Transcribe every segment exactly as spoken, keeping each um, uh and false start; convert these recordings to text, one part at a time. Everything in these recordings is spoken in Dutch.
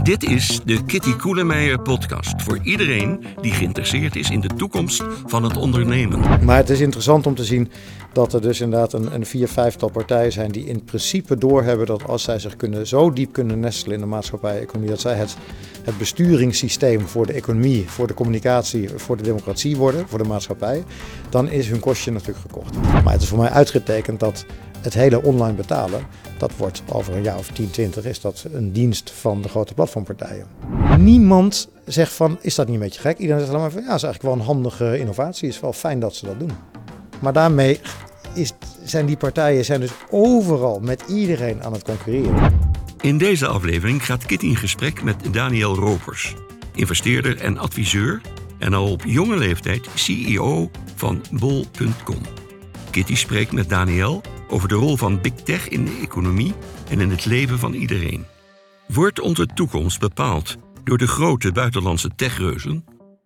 Dit is de Kitty Koelemeijer podcast voor iedereen die geïnteresseerd is in de toekomst van het ondernemen. Maar het is interessant om te zien dat er dus inderdaad een, een vier, vijftal partijen zijn die in principe doorhebben dat als zij zich kunnen, zo diep kunnen nestelen in de maatschappij-economie, dat zij het, het besturingssysteem voor de economie, voor de communicatie, voor de democratie worden, voor de maatschappij, dan is hun kostje natuurlijk gekocht. Maar het is voor mij uitgetekend dat het hele online betalen, dat wordt over een jaar of tien, twintig, is dat een dienst van de grote platformpartijen. Niemand zegt van, is dat niet een beetje gek? Iedereen zegt alleen maar van, ja, dat is eigenlijk wel een handige innovatie. Het is wel fijn dat ze dat doen. Maar daarmee is, zijn die partijen zijn dus overal met iedereen aan het concurreren. In deze aflevering gaat Kitty in gesprek met Daniel Ropers, investeerder en adviseur en al op jonge leeftijd C E O van bol punt com. Kitty spreekt met Daniel over de rol van Big Tech in de economie en in het leven van iedereen. Wordt onze toekomst bepaald door de grote buitenlandse techreuzen?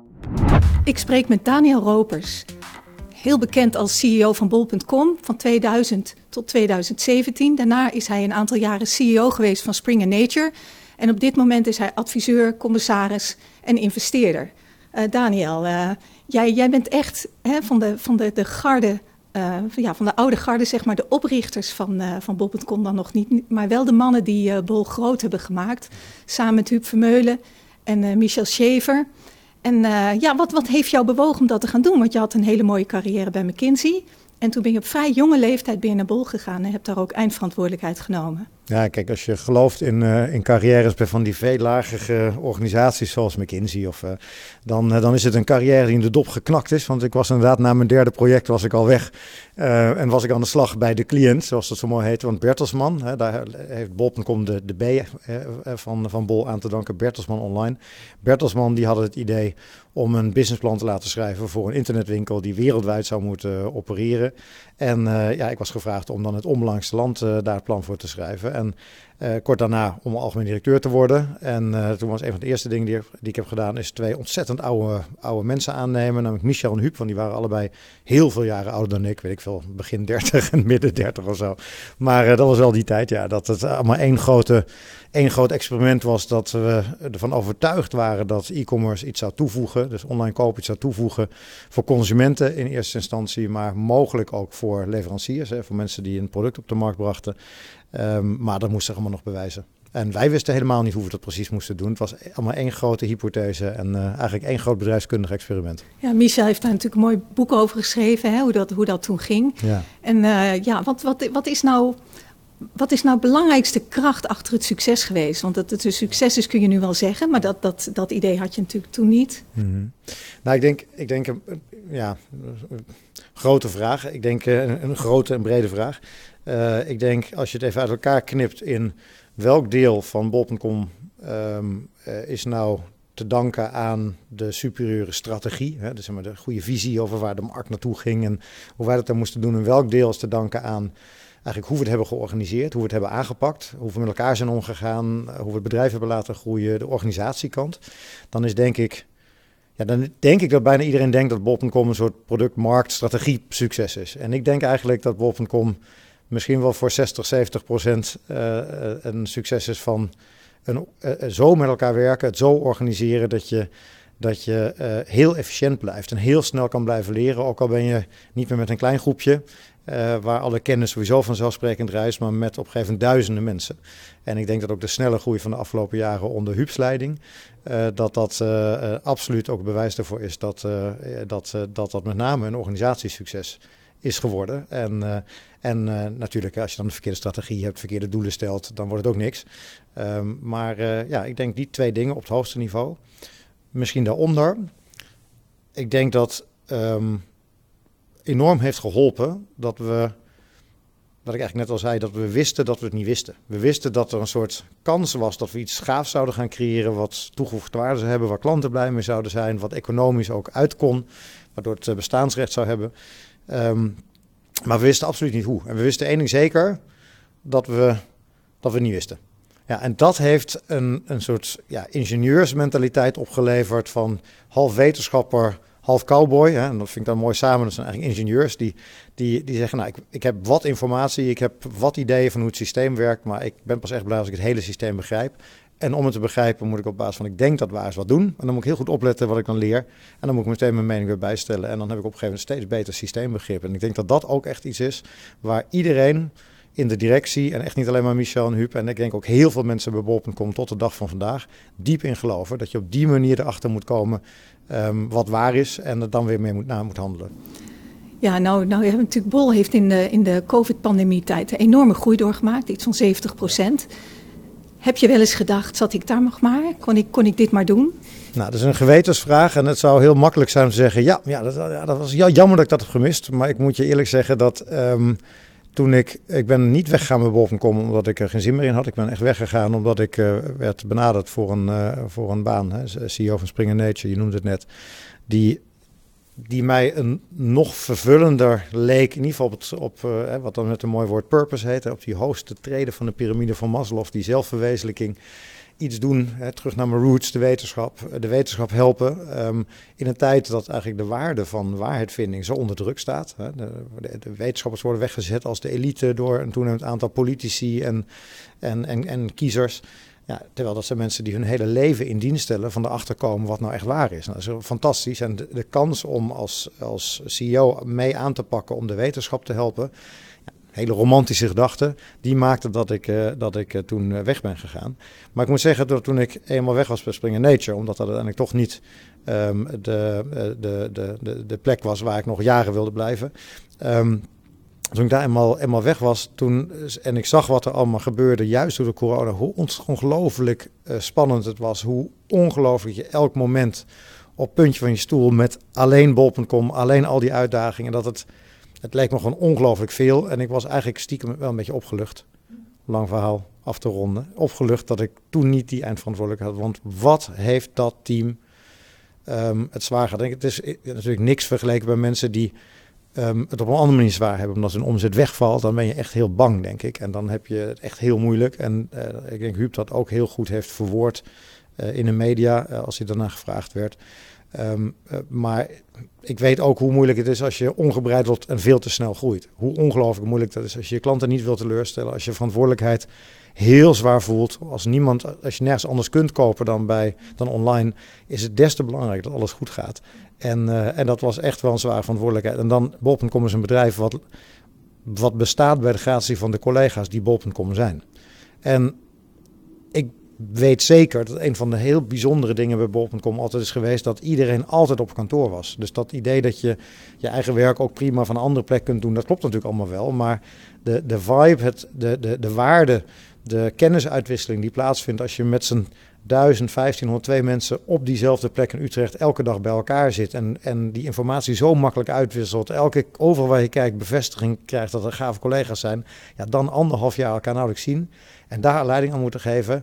Ik spreek met Daniel Ropers, heel bekend als C E O van bol punt com van tweeduizend tot tweeduizend zeventien. Daarna is hij een aantal jaren C E O geweest van Spring and Nature. En op dit moment is hij adviseur, commissaris en investeerder. Uh, Daniel, uh, jij, jij bent echt hè, van, de, van de, de garde... Uh, ja, van de oude garde, zeg maar, de oprichters van, uh, van bol punt com dan nog niet. Maar wel de mannen die uh, Bol groot hebben gemaakt. Samen met Huub Vermeulen en uh, Michel Schaefer. En uh, ja, wat, wat heeft jou bewogen om dat te gaan doen? Want je had een hele mooie carrière bij McKinsey. En toen ben je op vrij jonge leeftijd ben je naar Bol gegaan en hebt daar ook eindverantwoordelijkheid genomen. Ja, kijk, als je gelooft in, uh, in carrières bij van die veellagige organisaties zoals McKinsey, of, uh, dan, uh, dan is het een carrière die in de dop geknakt is. Want ik was inderdaad na mijn derde project was ik al weg uh, en was ik aan de slag bij de cliënt, zoals dat zo mooi heet. Want Bertelsmann, hè, daar heeft bol punt com de, de B uh, van, van Bol aan te danken, Bertelsmann Online. Bertelsmann die hadden het idee om een businessplan te laten schrijven voor een internetwinkel die wereldwijd zou moeten uh, opereren. En uh, ja, ik was gevraagd om dan het onbelangrijkste land uh, daar het plan voor te schrijven. En uh, kort daarna om algemeen directeur te worden. En uh, toen was een van de eerste dingen die, die ik heb gedaan, is twee ontzettend oude, oude mensen aannemen. Namelijk Michel en Huub, want die waren allebei heel veel jaren ouder dan ik. Weet ik veel, begin dertig en midden dertig of zo. Maar uh, dat was wel die tijd, ja, dat het allemaal één grote... Eén groot experiment was dat we ervan overtuigd waren dat e-commerce iets zou toevoegen. Dus online kopen iets zou toevoegen voor consumenten in eerste instantie, maar mogelijk ook voor leveranciers, hè, voor mensen die een product op de markt brachten. Um, maar dat moesten ze allemaal nog bewijzen. En wij wisten helemaal niet hoe we dat precies moesten doen. Het was allemaal één grote hypothese en uh, eigenlijk één groot bedrijfskundig experiment. Ja, Michel heeft daar natuurlijk een mooi boek over geschreven, hè, hoe, dat, hoe dat toen ging. Ja. En uh, ja, wat, wat, wat is nou... Wat is nou de belangrijkste kracht achter het succes geweest? Want dat het een succes is kun je nu wel zeggen, maar dat, dat, dat idee had je natuurlijk toen niet. Mm-hmm. Nou, ik denk, ik denk ja, een grote vraag. Ik denk een, een grote en brede vraag. Uh, ik denk, als je het even uit elkaar knipt in welk deel van bol punt com um, uh, is nou te danken aan de superieure strategie. Hè, dus zeg maar de goede visie over waar de markt naartoe ging en hoe wij dat dan moesten doen. En welk deel is te danken aan eigenlijk hoe we het hebben georganiseerd, hoe we het hebben aangepakt, hoe we met elkaar zijn omgegaan, hoe we het bedrijf hebben laten groeien, de organisatiekant. Dan is denk ik, ja, dan denk ik dat bijna iedereen denkt dat bol punt com een soort product-markt-strategie succes is. En ik denk eigenlijk dat bol punt com misschien wel voor zestig, zeventig procent uh, een succes is van een, uh, zo met elkaar werken, het zo organiseren dat je dat je uh, heel efficiënt blijft en heel snel kan blijven leren. Ook al ben je niet meer met een klein groepje, uh, waar alle kennis sowieso vanzelfsprekend reist, maar met op een gegeven moment duizenden mensen. En ik denk dat ook de snelle groei van de afgelopen jaren onder Huub's leiding, uh, dat dat uh, uh, absoluut ook bewijs ervoor is dat, uh, dat, uh, dat dat met name een organisatiesucces is geworden. En, uh, en uh, natuurlijk, als je dan de verkeerde strategie hebt, verkeerde doelen stelt, dan wordt het ook niks. Um, maar uh, ja, ik denk die twee dingen op het hoogste niveau. Misschien daaronder. Ik denk dat um, enorm heeft geholpen dat we, wat ik eigenlijk net al zei, dat we wisten dat we het niet wisten. We wisten dat er een soort kans was dat we iets gaafs zouden gaan creëren, wat toegevoegde waarde zou hebben, waar klanten blij mee zouden zijn, wat economisch ook uit kon, waardoor het bestaansrecht zou hebben. Um, maar we wisten absoluut niet hoe. En we wisten één ding zeker, dat we, dat we het niet wisten. Ja, en dat heeft een, een soort ja, ingenieursmentaliteit opgeleverd van half wetenschapper, half cowboy. Hè? En dat vind ik dan mooi samen. Dat zijn eigenlijk ingenieurs die, die, die zeggen, nou, ik, ik heb wat informatie, ik heb wat ideeën van hoe het systeem werkt, maar ik ben pas echt blij als ik het hele systeem begrijp. En om het te begrijpen moet ik op basis van ik denk dat waar is wat doen. En dan moet ik heel goed opletten wat ik dan leer. En dan moet ik meteen mijn mening weer bijstellen. En dan heb ik op een gegeven moment steeds beter systeembegrip. En ik denk dat dat ook echt iets is waar iedereen in de directie, en echt niet alleen maar Michel en Huub, en ik denk ook heel veel mensen bij bol punt com tot de dag van vandaag, diep in geloven dat je op die manier erachter moet komen um, wat waar is en er dan weer mee moet, naar moet handelen. Ja, nou, nou hebben natuurlijk Bol heeft in de, in de COVID-pandemie-tijd een enorme groei doorgemaakt, iets van zeventig procent. Heb je wel eens gedacht, zat ik daar nog maar? Kon ik, kon ik dit maar doen? Nou, dat is een gewetensvraag en het zou heel makkelijk zijn om te zeggen, ja, ja, dat, ja dat was jammer dat ik dat heb gemist. Maar ik moet je eerlijk zeggen dat um, toen ik, ik ben niet weggegaan bij bol punt com omdat ik er geen zin meer in had. Ik ben echt weggegaan omdat ik uh, werd benaderd voor een, uh, voor een baan, hè, C E O van Springer Nature, je noemde het net, die... die mij een nog vervullender leek, in ieder geval op, het, op uh, wat dan met een mooi woord purpose heet, op die hoogste treden van de piramide van Maslow, die zelfverwezenlijking, iets doen, hè, terug naar mijn roots, de wetenschap, de wetenschap helpen, um, in een tijd dat eigenlijk de waarde van waarheidvinding zo onder druk staat. Hè. De, de, de wetenschappers worden weggezet als de elite door een toenemend aantal politici en, en, en, en kiezers. Ja, terwijl dat zijn mensen die hun hele leven in dienst stellen van erachter komen wat nou echt waar is. Nou, dat is fantastisch. En de, de kans om als, als C E O mee aan te pakken om de wetenschap te helpen, ja, hele romantische gedachte, die maakte dat ik, uh, dat ik uh, toen uh, weg ben gegaan. Maar ik moet zeggen dat toen ik eenmaal weg was bij Springer Nature, omdat dat uiteindelijk toch niet um, de, uh, de, de, de, de plek was waar ik nog jaren wilde blijven. Um, Toen ik daar eenmaal, eenmaal weg was toen, en ik zag wat er allemaal gebeurde, juist door de corona, hoe ongelooflijk uh, spannend het was. Hoe ongelooflijk je elk moment op het puntje van je stoel met alleen bol punt com, alleen al die uitdagingen. Dat het, het leek me gewoon ongelooflijk veel. En ik was eigenlijk stiekem wel een beetje opgelucht. Lang verhaal af te ronden. Opgelucht dat ik toen niet die eindverantwoordelijkheid had. Want wat heeft dat team um, het zwaar gedaan? Het is natuurlijk niks vergeleken bij mensen die Um, het op een andere manier zwaar hebben, omdat hun omzet wegvalt, dan ben je echt heel bang, denk ik. En dan heb je het echt heel moeilijk. En uh, ik denk Huub dat ook heel goed heeft verwoord uh, in de media, uh, als hij daarna gevraagd werd. Um, uh, maar ik weet ook hoe moeilijk het is als je ongebreideld en veel te snel groeit. Hoe ongelooflijk moeilijk dat is als je je klanten niet wilt teleurstellen, als je verantwoordelijkheid heel zwaar voelt. Als niemand, als je nergens anders kunt kopen dan, bij, dan online, is het des te belangrijk dat alles goed gaat. En, uh, en dat was echt wel een zware verantwoordelijkheid. En dan bol punt com is een bedrijf wat, wat bestaat bij de gratie van de collega's die bol punt com zijn. En ik weet zeker dat een van de heel bijzondere dingen bij bol punt com altijd is geweest dat iedereen altijd op kantoor was. Dus dat idee dat je je eigen werk ook prima van een andere plek kunt doen, dat klopt natuurlijk allemaal wel. Maar de, de vibe, het, de, de, de waarde, de kennisuitwisseling die plaatsvindt als je met z'n duizend, vijftienhonderdtwee mensen op diezelfde plek in Utrecht elke dag bij elkaar zit en, en die informatie zo makkelijk uitwisselt, elke overal waar je kijkt bevestiging krijgt dat er gave collega's zijn, ja, dan anderhalf jaar elkaar nauwelijks zien en daar leiding aan moeten geven.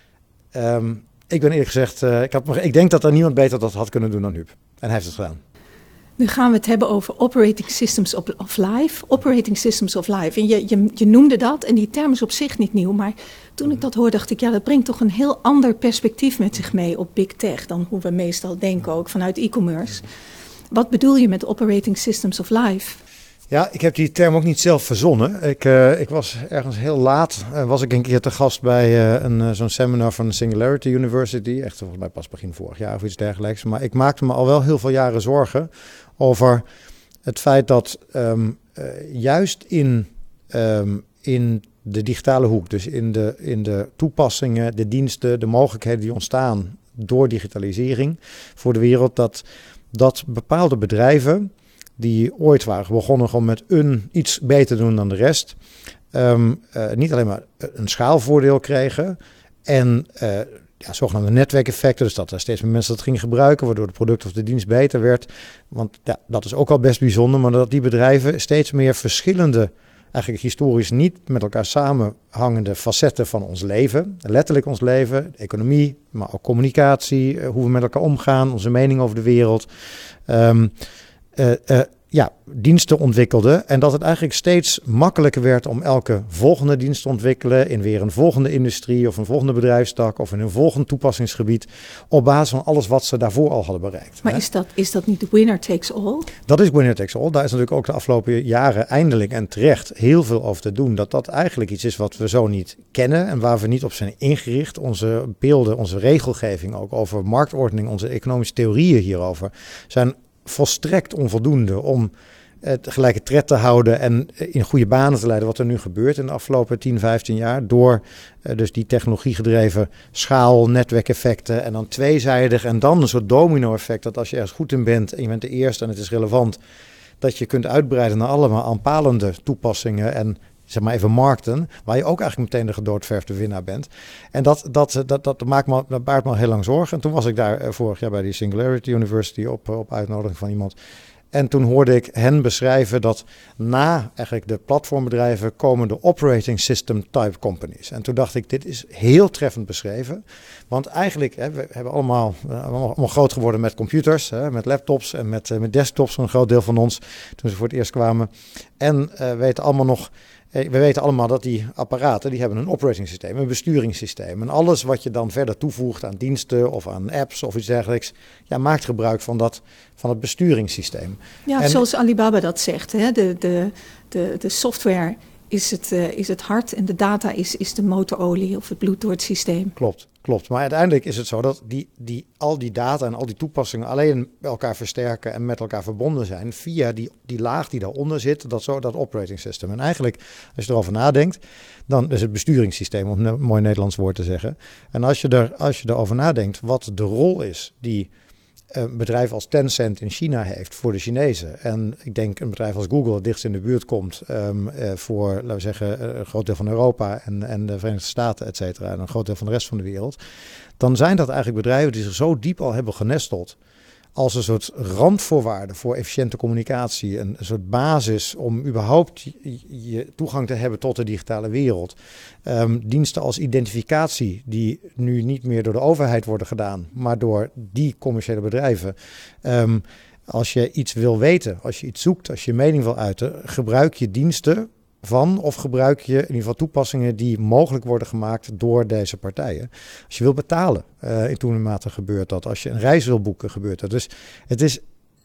Um, ik ben eerlijk gezegd, uh, ik, had, ik denk dat er niemand beter dat had kunnen doen dan Huub. En hij heeft het gedaan. Nu gaan we het hebben over Operating Systems of Life. Operating Systems of Life. En je, je, je noemde dat en die term is op zich niet nieuw. Maar toen ik dat hoorde dacht ik, ja, dat brengt toch een heel ander perspectief met zich mee op Big Tech dan hoe we meestal denken, ook vanuit e-commerce. Wat bedoel je met Operating Systems of Life? Ja, ik heb die term ook niet zelf verzonnen. Ik, uh, ik was ergens heel laat, uh, was ik een keer te gast bij uh, een, uh, zo'n seminar van de Singularity University. Echt volgens mij pas begin vorig jaar of iets dergelijks. Maar ik maakte me al wel heel veel jaren zorgen over het feit dat um, uh, juist in, um, in de digitale hoek, dus in de, in de toepassingen, de diensten, de mogelijkheden die ontstaan door digitalisering voor de wereld, dat, dat bepaalde bedrijven die ooit waren begonnen gewoon met een iets beter doen dan de rest, um, uh, niet alleen maar een schaalvoordeel kregen en uh, ja, zogenaamde netwerkeffecten, dus dat er steeds meer mensen dat gingen gebruiken, waardoor het product of de dienst beter werd. Want ja, dat is ook al best bijzonder, maar dat die bedrijven steeds meer verschillende, eigenlijk historisch niet met elkaar samenhangende facetten van ons leven, letterlijk ons leven, de economie, maar ook communicatie, uh, hoe we met elkaar omgaan, onze mening over de wereld, um, Uh, uh, ja, diensten ontwikkelde en dat het eigenlijk steeds makkelijker werd om elke volgende dienst te ontwikkelen in weer een volgende industrie of een volgende bedrijfstak of in een volgend toepassingsgebied op basis van alles wat ze daarvoor al hadden bereikt. Maar hè? is dat, is dat niet winner takes all? Dat is winner takes all. Daar is natuurlijk ook de afgelopen jaren eindelijk en terecht heel veel over te doen. Dat dat eigenlijk iets is wat we zo niet kennen en waar we niet op zijn ingericht. Onze beelden, onze regelgeving ook over marktordening, onze economische theorieën hierover zijn volstrekt onvoldoende om het gelijke tred te houden en in goede banen te leiden wat er nu gebeurt in de afgelopen tien, vijftien jaar. Door uh, dus die technologiegedreven schaal, netwerkeffecten en dan tweezijdig en dan een soort domino-effect dat als je ergens goed in bent en je bent de eerste en het is relevant, dat je kunt uitbreiden naar allemaal aanpalende toepassingen en zeg maar even markten, waar je ook eigenlijk meteen de gedoodverfde winnaar bent. En dat, dat, dat, dat, maakt me, dat baart me al heel lang zorgen. En toen was ik daar uh, vorig jaar bij die Singularity University op, op uitnodiging van iemand. En toen hoorde ik hen beschrijven dat na eigenlijk de platformbedrijven komen de operating system type companies. En toen dacht ik, dit is heel treffend beschreven. Want eigenlijk, hè, we hebben allemaal, uh, allemaal groot geworden met computers, hè, met laptops en met, uh, met desktops, een groot deel van ons, toen ze voor het eerst kwamen. En uh, weten allemaal nog... We weten allemaal dat die apparaten, die hebben een operating systeem, een besturingssysteem. En alles wat je dan verder toevoegt aan diensten of aan apps of iets dergelijks, ja, maakt gebruik van, dat, van het besturingssysteem. Ja, en, zoals Alibaba dat zegt, hè? De, de, de, de software is het, uh, is het hart en de data is, is de motorolie of het bloed door het systeem. Klopt, klopt. Maar uiteindelijk is het zo dat die, die, al die data en al die toepassingen alleen elkaar versterken en met elkaar verbonden zijn via die, die laag die daaronder zit, dat, zo, dat operating system. En eigenlijk, als je erover nadenkt, dan is het besturingssysteem, om een mooi Nederlands woord te zeggen. En als je, er, als je erover nadenkt wat de rol is die een bedrijf als Tencent in China heeft voor de Chinezen. En ik denk een bedrijf als Google het dichtst in de buurt komt um, uh, voor, laten we zeggen, een groot deel van Europa en, en de Verenigde Staten, et cetera, en een groot deel van de rest van de wereld. Dan zijn dat eigenlijk bedrijven die zich zo diep al hebben genesteld als een soort randvoorwaarde voor efficiënte communicatie. Een, een soort basis om überhaupt je, je toegang te hebben tot de digitale wereld. Um, diensten als identificatie die nu niet meer door de overheid worden gedaan, maar door die commerciële bedrijven. Um, als je iets wil weten, als je iets zoekt, als je je mening wil uiten, gebruik je diensten van of gebruik je in ieder geval toepassingen die mogelijk worden gemaakt door deze partijen. Als je wil betalen, uh, in toenemende mate gebeurt dat. Als je een reis wil boeken, gebeurt dat. Dus het is,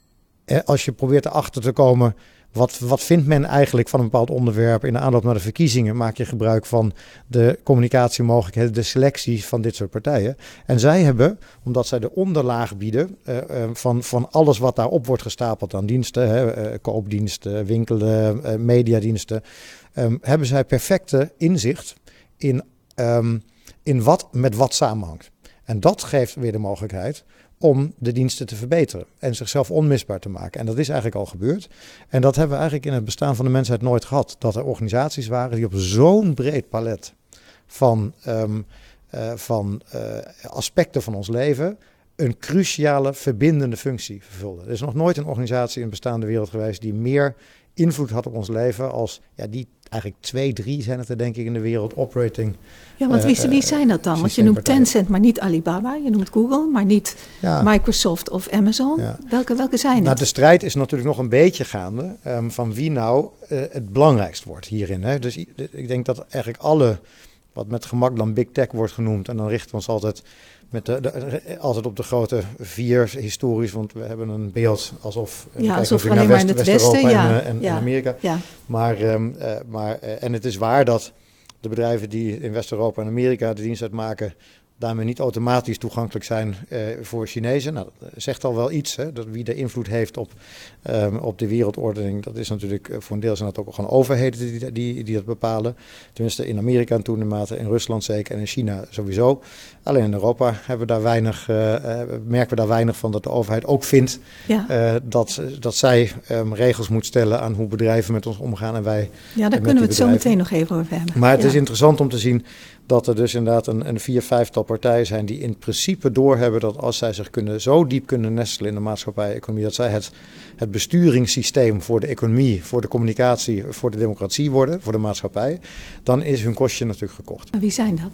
eh, als je probeert erachter te komen, wat, wat vindt men eigenlijk van een bepaald onderwerp in de aanloop naar de verkiezingen, maak je gebruik van de communicatiemogelijkheden, de selectie van dit soort partijen. En zij hebben, omdat zij de onderlaag bieden uh, uh, van, van alles wat daarop wordt gestapeld aan diensten, hè, uh, koopdiensten, winkelen, uh, mediadiensten, um, hebben zij perfecte inzicht in, um, in wat met wat samenhangt. En dat geeft weer de mogelijkheid om de diensten te verbeteren en zichzelf onmisbaar te maken. En dat is eigenlijk al gebeurd. En dat hebben we eigenlijk in het bestaan van de mensheid nooit gehad. Dat er organisaties waren die op zo'n breed palet van, um, uh, van uh, aspecten van ons leven een cruciale verbindende functie vervulden. Er is nog nooit een organisatie in de bestaande wereld geweest die meer invloed had op ons leven als ja, die eigenlijk twee, drie zijn het er denk ik in de wereld operating. Ja, want wie, wie zijn dat dan? Want je noemt Tencent, maar niet Alibaba. Je noemt Google, maar niet ja. Microsoft of Amazon. Ja. Welke, welke zijn het? Nou, de strijd is natuurlijk nog een beetje gaande um, van wie nou uh, het belangrijkst wordt hierin. Hè? Dus ik denk dat eigenlijk alle, wat met gemak dan Big Tech wordt genoemd, en dan richten we ons altijd met de, de, altijd op de grote vier historisch, want we hebben een beeld alsof ja, alsof alleen maar West, in het Westen ja, en, en, ja, en Amerika. Ja. Maar, um, uh, maar uh, en het is waar dat de bedrijven die in West-Europa en Amerika de dienst uitmaken, daarmee niet automatisch toegankelijk zijn uh, voor Chinezen. Nou, dat zegt al wel iets, hè, dat wie de invloed heeft op, um, op de wereldordening. Dat is natuurlijk uh, voor een deel zijn dat ook gewoon overheden die, die, die dat bepalen. Tenminste in Amerika in toenemende mate, in Rusland zeker en in China sowieso. Alleen in Europa hebben we daar weinig, uh, uh, merken we daar weinig van dat de overheid ook vindt ja. uh, dat, dat zij um, regels moet stellen aan hoe bedrijven met ons omgaan. En wij ja, daar kunnen we het zo meteen nog even over hebben. Maar het ja. is interessant om te zien dat er dus inderdaad een, een vier, vijftal partijen zijn die in principe doorhebben dat als zij zich kunnen, zo diep kunnen nestelen in de maatschappij-economie, dat zij het, het besturingssysteem voor de economie, voor de communicatie, voor de democratie worden, voor de maatschappij, dan is hun kostje natuurlijk gekocht. En wie zijn dat?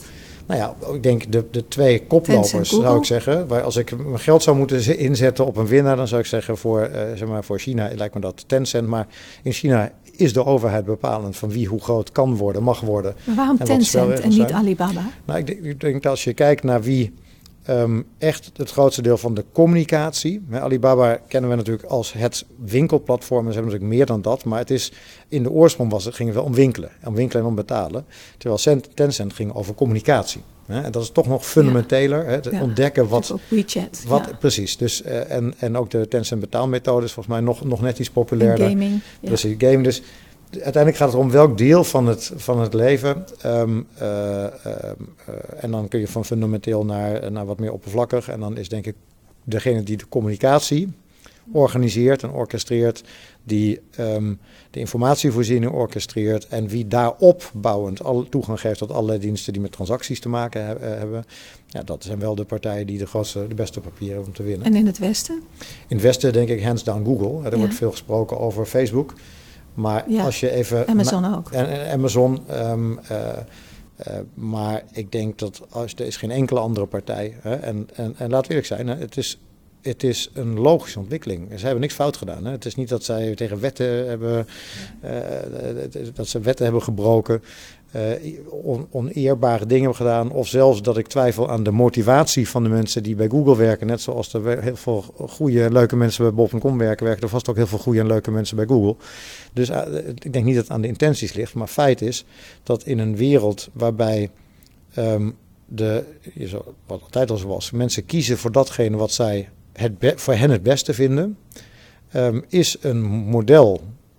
Nou ja, ik denk de, de twee koplopers zou ik zeggen. Waar als ik mijn geld zou moeten inzetten op een winnaar, dan zou ik zeggen voor, uh, zeg maar voor China lijkt me dat Tencent. Maar in China is de overheid bepalend van wie hoe groot kan worden, mag worden. Maar waarom en Tencent en niet zijn. Alibaba? Nou, ik denk, ik denk dat als je kijkt naar wie um, echt het grootste deel van de communicatie. Hè, Alibaba kennen we natuurlijk als het winkelplatform. Ze hebben natuurlijk meer dan dat. Maar het is in de oorsprong was het, ging het wel om winkelen. Om winkelen en om betalen. Terwijl Tencent ging over communicatie. Hè, en dat is toch nog fundamenteler. Ja. Hè, het ja. ontdekken wat... Op WeChat. Wat, ja. Precies. Dus, uh, en, en ook de Tencent betaalmethode is volgens mij nog, nog net iets populairder. En gaming. Ja. Precies, gaming. Dus uiteindelijk gaat het om welk deel van het, van het leven. Um, uh, uh, uh, en dan kun je van fundamenteel naar, naar wat meer oppervlakkig. En dan is denk ik degene die de communicatie organiseert en orchestreert, die um, de informatievoorziening orchestreert en wie daarop bouwend alle toegang geeft tot allerlei diensten die met transacties te maken he- hebben. Ja, dat zijn wel de partijen die de grootste, de beste papieren hebben om te winnen. En in het Westen? In het Westen denk ik hands down Google. Er ja. wordt veel gesproken over Facebook. Maar ja, als je even... Amazon na, ook. En, en Amazon. Um, uh, uh, maar ik denk dat als, er is geen enkele andere partij. Hè, en, en, en laten we eerlijk zijn, hè, het is... Het is een logische ontwikkeling. Ze hebben niks fout gedaan. Hè. Het is niet dat zij tegen wetten hebben, uh, dat ze wetten hebben gebroken, uh, on, oneerbare dingen hebben gedaan. Of zelfs dat ik twijfel aan de motivatie van de mensen die bij Google werken. Net zoals er heel veel goede, leuke mensen bij bol punt com werken, werken er vast ook heel veel goede en leuke mensen bij Google. Dus uh, ik denk niet dat het aan de intenties ligt. Maar feit is dat in een wereld waarbij um, de, wat altijd al zo was, mensen kiezen voor datgene wat zij het be- voor hen het beste vinden, um, is een model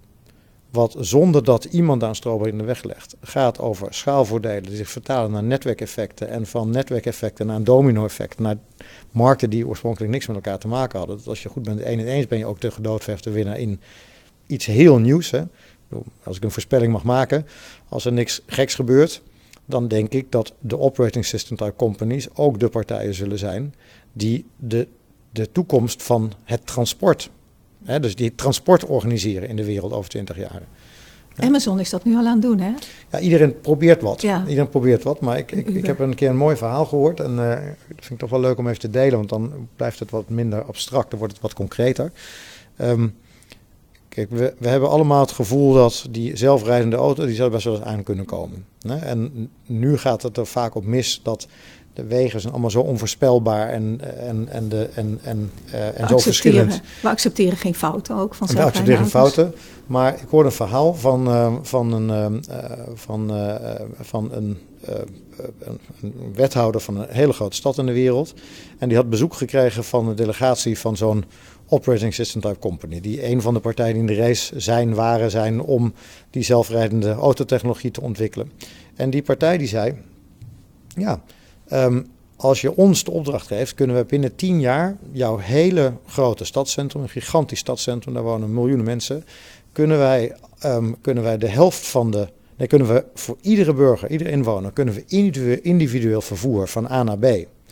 wat zonder dat iemand aan strober in de weg legt, gaat over schaalvoordelen die zich vertalen naar netwerkeffecten en van netwerkeffecten naar een domino-effect, naar markten die oorspronkelijk niks met elkaar te maken hadden. Dat als je goed bent één en eens ben je ook de gedoodverfde winnaar in iets heel nieuws. Hè. Als ik een voorspelling mag maken, als er niks geks gebeurt, dan denk ik dat de operating system type companies ook de partijen zullen zijn die de de toekomst van het transport, hè, dus die transport organiseren in de wereld over twintig jaar. Ja. Amazon is dat nu al aan het doen, hè? Ja, iedereen probeert wat. Ja. Iedereen probeert wat, maar ik, ik, ik heb een keer een mooi verhaal gehoord en uh, dat vind ik toch wel leuk om even te delen, want dan blijft het wat minder abstract, dan wordt het wat concreter. Um, kijk, we, we hebben allemaal het gevoel dat die zelfrijdende auto, die zou best wel eens aan kunnen komen. Hè? En nu gaat het er vaak op mis dat de wegen zijn allemaal zo onvoorspelbaar en, en, en, de, en, en, uh, en zo verschillend. We accepteren geen fouten ook van We accepteren geen fouten. Maar ik hoorde een verhaal van, uh, van, een, uh, van, uh, van een, uh, een, een wethouder van een hele grote stad in de wereld. En die had bezoek gekregen van een delegatie van zo'n operating system type company. Die een van de partijen die in de race zijn, waren, zijn om die zelfrijdende autotechnologie te ontwikkelen. En die partij die zei, ja... Um, als je ons de opdracht geeft, kunnen we binnen tien jaar jouw hele grote stadscentrum, een gigantisch stadscentrum, daar wonen miljoenen mensen, kunnen wij, um, kunnen wij de helft van de, nee, kunnen we voor iedere burger, iedere inwoner, kunnen we individueel, individueel vervoer van A naar B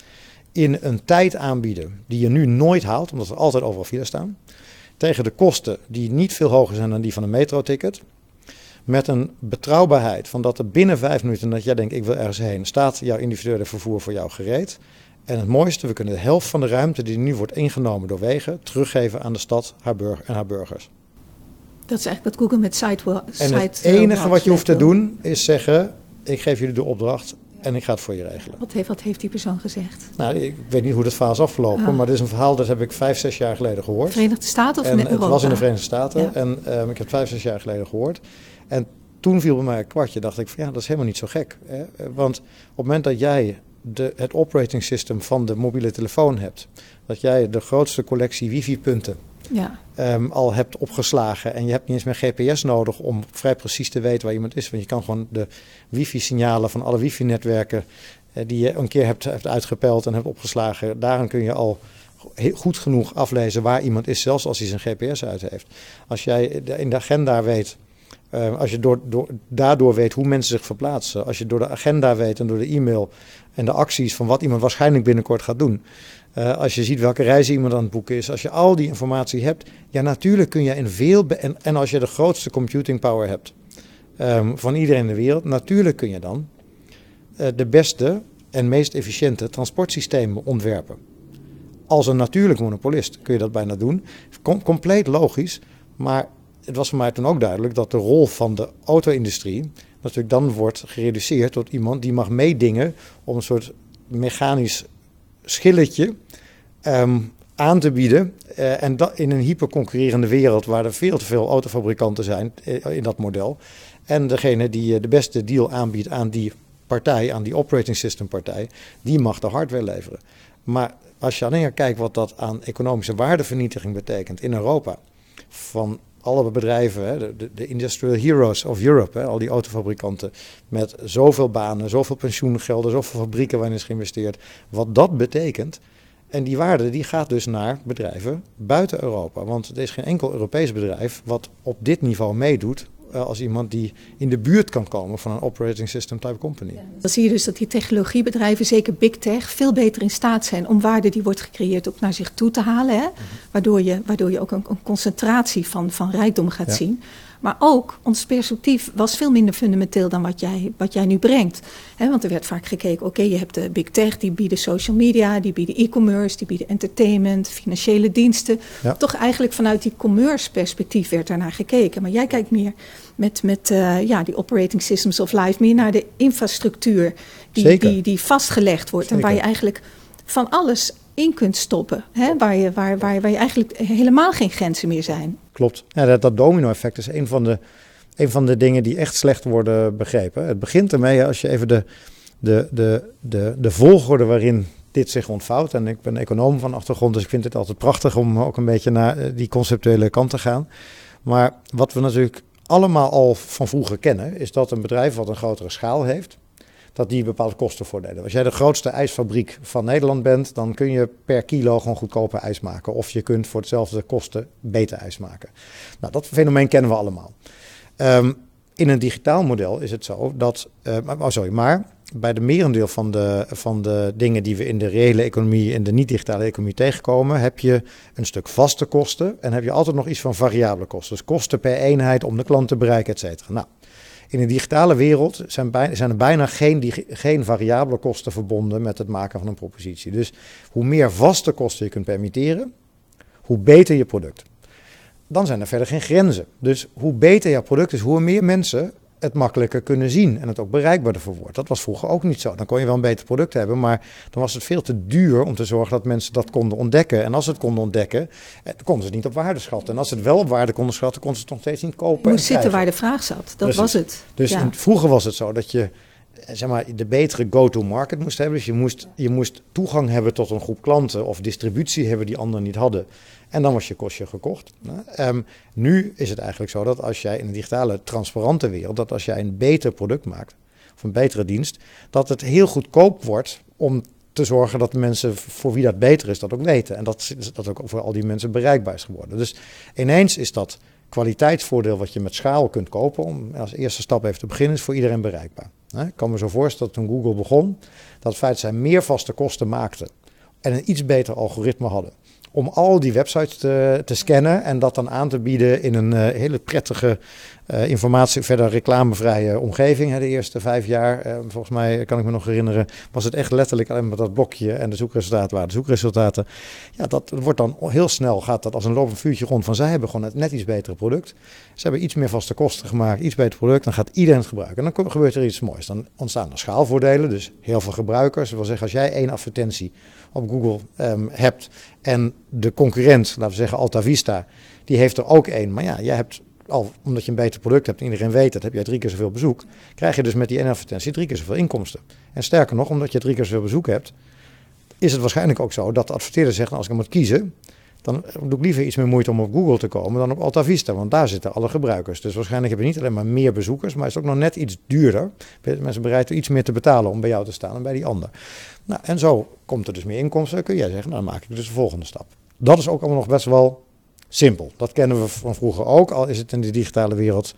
in een tijd aanbieden die je nu nooit haalt, omdat er altijd overal files staan, tegen de kosten die niet veel hoger zijn dan die van een metroticket. Met een betrouwbaarheid van dat er binnen vijf minuten dat jij denkt ik wil ergens heen, staat jouw individuele vervoer voor jou gereed. En het mooiste, we kunnen de helft van de ruimte die nu wordt ingenomen door wegen teruggeven aan de stad haar burger en haar burgers. Dat is eigenlijk wat Google met Site. En het enige wat je hoeft te doen is zeggen, ik geef jullie de opdracht en ik ga het voor je regelen. Wat heeft, wat heeft die persoon gezegd? Nou, ik weet niet hoe dat verhaal is afgelopen, oh. maar dit is een verhaal dat heb ik vijf, zes jaar geleden gehoord. Verenigde Staten of en in Europa? Het was in de Verenigde Staten ja. en um, ik heb het vijf, zes jaar geleden gehoord. En toen viel bij mij een kwartje, dacht ik van ja, dat is helemaal niet zo gek. Hè? Want op het moment dat jij de, het operating system van de mobiele telefoon hebt, dat jij de grootste collectie wifi-punten ja. um, al hebt opgeslagen en je hebt niet eens meer G P S nodig om vrij precies te weten waar iemand is. Want je kan gewoon de wifi-signalen van alle wifi-netwerken uh, die je een keer hebt, hebt uitgepeld en hebt opgeslagen, daaraan kun je al goed genoeg aflezen waar iemand is, zelfs als hij zijn G P S uit heeft. Als jij in de agenda weet, Uh, als je door, door, daardoor weet hoe mensen zich verplaatsen, als je door de agenda weet en door de e-mail en de acties van wat iemand waarschijnlijk binnenkort gaat doen, uh, als je ziet welke reizen iemand aan het boeken is, als je al die informatie hebt, ja natuurlijk kun je in veel, be- en, en als je de grootste computing power hebt um, van iedereen in de wereld, natuurlijk kun je dan uh, de beste en meest efficiënte transportsystemen ontwerpen. Als een natuurlijk monopolist kun je dat bijna doen. Com- compleet logisch, maar het was voor mij toen ook duidelijk dat de rol van de auto-industrie natuurlijk dan wordt gereduceerd tot iemand die mag meedingen om een soort mechanisch schilletje um, aan te bieden. Uh, en dat in een hyperconcurrerende wereld waar er veel te veel autofabrikanten zijn uh, in dat model. En degene die uh, de beste deal aanbiedt aan die partij, aan die operating system partij, die mag de hardware leveren. Maar als je alleen kijkt wat dat aan economische waardevernietiging betekent in Europa, van alle bedrijven, hè, de, de industrial heroes of Europe, hè, al die autofabrikanten met zoveel banen, zoveel pensioengelden, zoveel fabrieken waarin is geïnvesteerd, wat dat betekent. En die waarde die gaat dus naar bedrijven buiten Europa. Want er is geen enkel Europees bedrijf wat op dit niveau meedoet als iemand die in de buurt kan komen van een operating system type company. Dan zie je dus dat die technologiebedrijven, zeker big tech, veel beter in staat zijn om waarde die wordt gecreëerd ook naar zich toe te halen. Hè? Mm-hmm. Waardoor je, waardoor je ook een, een concentratie van, van rijkdom gaat ja. zien. Maar ook, ons perspectief was veel minder fundamenteel dan wat jij, wat jij nu brengt. He, want er werd vaak gekeken, oké, okay, je hebt de big tech, die bieden social media, die bieden e-commerce, die bieden entertainment, financiële diensten. Ja. Toch eigenlijk vanuit die commerce perspectief werd daarnaar gekeken. Maar jij kijkt meer met, met uh, ja, die operating systems of life, meer naar de infrastructuur die, die, die vastgelegd wordt. Zeker. En waar je eigenlijk van alles in kunt stoppen. Hè? Waar, je, waar, waar, waar je eigenlijk helemaal geen grenzen meer zijn. Klopt. Ja, dat, dat domino-effect is een van, de, een van de dingen die echt slecht worden begrepen. Het begint ermee als je even de, de, de, de, de volgorde waarin dit zich ontvouwt. En ik ben econoom van achtergrond, dus ik vind het altijd prachtig om ook een beetje naar die conceptuele kant te gaan. Maar wat we natuurlijk allemaal al van vroeger kennen, is dat een bedrijf wat een grotere schaal heeft, dat die bepaalde kostenvoordelen. Als jij de grootste ijsfabriek van Nederland bent, dan kun je per kilo gewoon goedkoper ijs maken. Of je kunt voor hetzelfde kosten beter ijs maken. Nou, dat fenomeen kennen we allemaal. Um, in een digitaal model is het zo dat, uh, oh sorry, maar bij de merendeel van de, van de dingen die we in de reële economie en de niet-digitale economie tegenkomen, heb je een stuk vaste kosten en heb je altijd nog iets van variabele kosten. Dus kosten per eenheid om de klant te bereiken, et cetera. Nou, in de digitale wereld zijn, bij, zijn er bijna geen, dig, geen variabele kosten verbonden met het maken van een propositie. Dus hoe meer vaste kosten je kunt permitteren, hoe beter je product. Dan zijn er verder geen grenzen. Dus hoe beter je product is, hoe meer mensen het makkelijker kunnen zien en het ook bereikbaarder voor wordt. Dat was vroeger ook niet zo. Dan kon je wel een beter product hebben, maar dan was het veel te duur om te zorgen dat mensen dat konden ontdekken. En als ze het konden ontdekken, konden ze het niet op waarde schatten. En als ze het wel op waarde konden schatten, konden ze het nog steeds niet kopen. Je moest zitten waar de vraag zat. Dat Precies. was het. Dus ja. in, vroeger was het zo dat je zeg maar, de betere go-to-market moest hebben. Dus je moest, je moest toegang hebben tot een groep klanten of distributie hebben die anderen niet hadden. En dan was je kostje gekocht. Um, nu is het eigenlijk zo dat als jij in een digitale, transparante wereld, dat als jij een beter product maakt, of een betere dienst, dat het heel goedkoop wordt om te zorgen dat de mensen voor wie dat beter is, dat ook weten. En dat dat ook voor al die mensen bereikbaar is geworden. Dus ineens is dat kwaliteitsvoordeel wat je met schaal kunt kopen, om als eerste stap even te beginnen, is voor iedereen bereikbaar. Ik kan me zo voorstellen dat toen Google begon, dat het feit dat zij meer vaste kosten maakten en een iets beter algoritme hadden om al die websites te, te scannen en dat dan aan te bieden in een uh, hele prettige uh, informatie, verder reclamevrije omgeving. Hè, de eerste vijf jaar, uh, volgens mij kan ik me nog herinneren, was het echt letterlijk alleen maar dat blokje en de zoekresultaten waren de zoekresultaten. Ja, dat wordt dan heel snel, gaat dat als een lopend vuurtje rond van zij hebben gewoon het net iets betere product. Ze hebben iets meer vaste kosten gemaakt, iets beter product, dan gaat iedereen het gebruiken. En dan gebeurt er iets moois. Dan ontstaan er schaalvoordelen, dus heel veel gebruikers. Dat wil zeggen, als jij één advertentie op Google um, hebt en de concurrent, laten we zeggen AltaVista, die heeft er ook één. Maar ja, jij hebt al, omdat je een beter product hebt en iedereen weet dat, heb jij drie keer zoveel bezoek, krijg je dus met die ene advertentie drie keer zoveel inkomsten. En sterker nog, omdat je drie keer zoveel bezoek hebt, is het waarschijnlijk ook zo dat de adverteerder zegt, nou, als ik moet kiezen, dan doe ik liever iets meer moeite om op Google te komen dan op AltaVista, want daar zitten alle gebruikers. Dus waarschijnlijk heb je niet alleen maar meer bezoekers, maar is het ook nog net iets duurder. Mensen bereid er iets meer te betalen om bij jou te staan dan bij die ander. Nou, en zo komt er dus meer inkomsten. Dan kun jij zeggen, nou, dan maak ik dus de volgende stap. Dat is ook allemaal nog best wel simpel. Dat kennen we van vroeger ook, al is het in de digitale wereld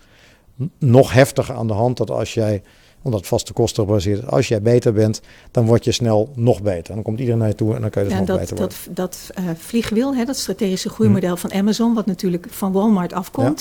nog heftiger aan de hand dat als jij, omdat het vaste kosten gebaseerd is, als jij beter bent, dan word je snel nog beter. Dan komt iedereen naar je toe en dan kun je dus ja, nog dat, beter worden. Dat, dat uh, vliegwiel, hè, dat strategische groeimodel hmm. van Amazon, wat natuurlijk van Walmart afkomt,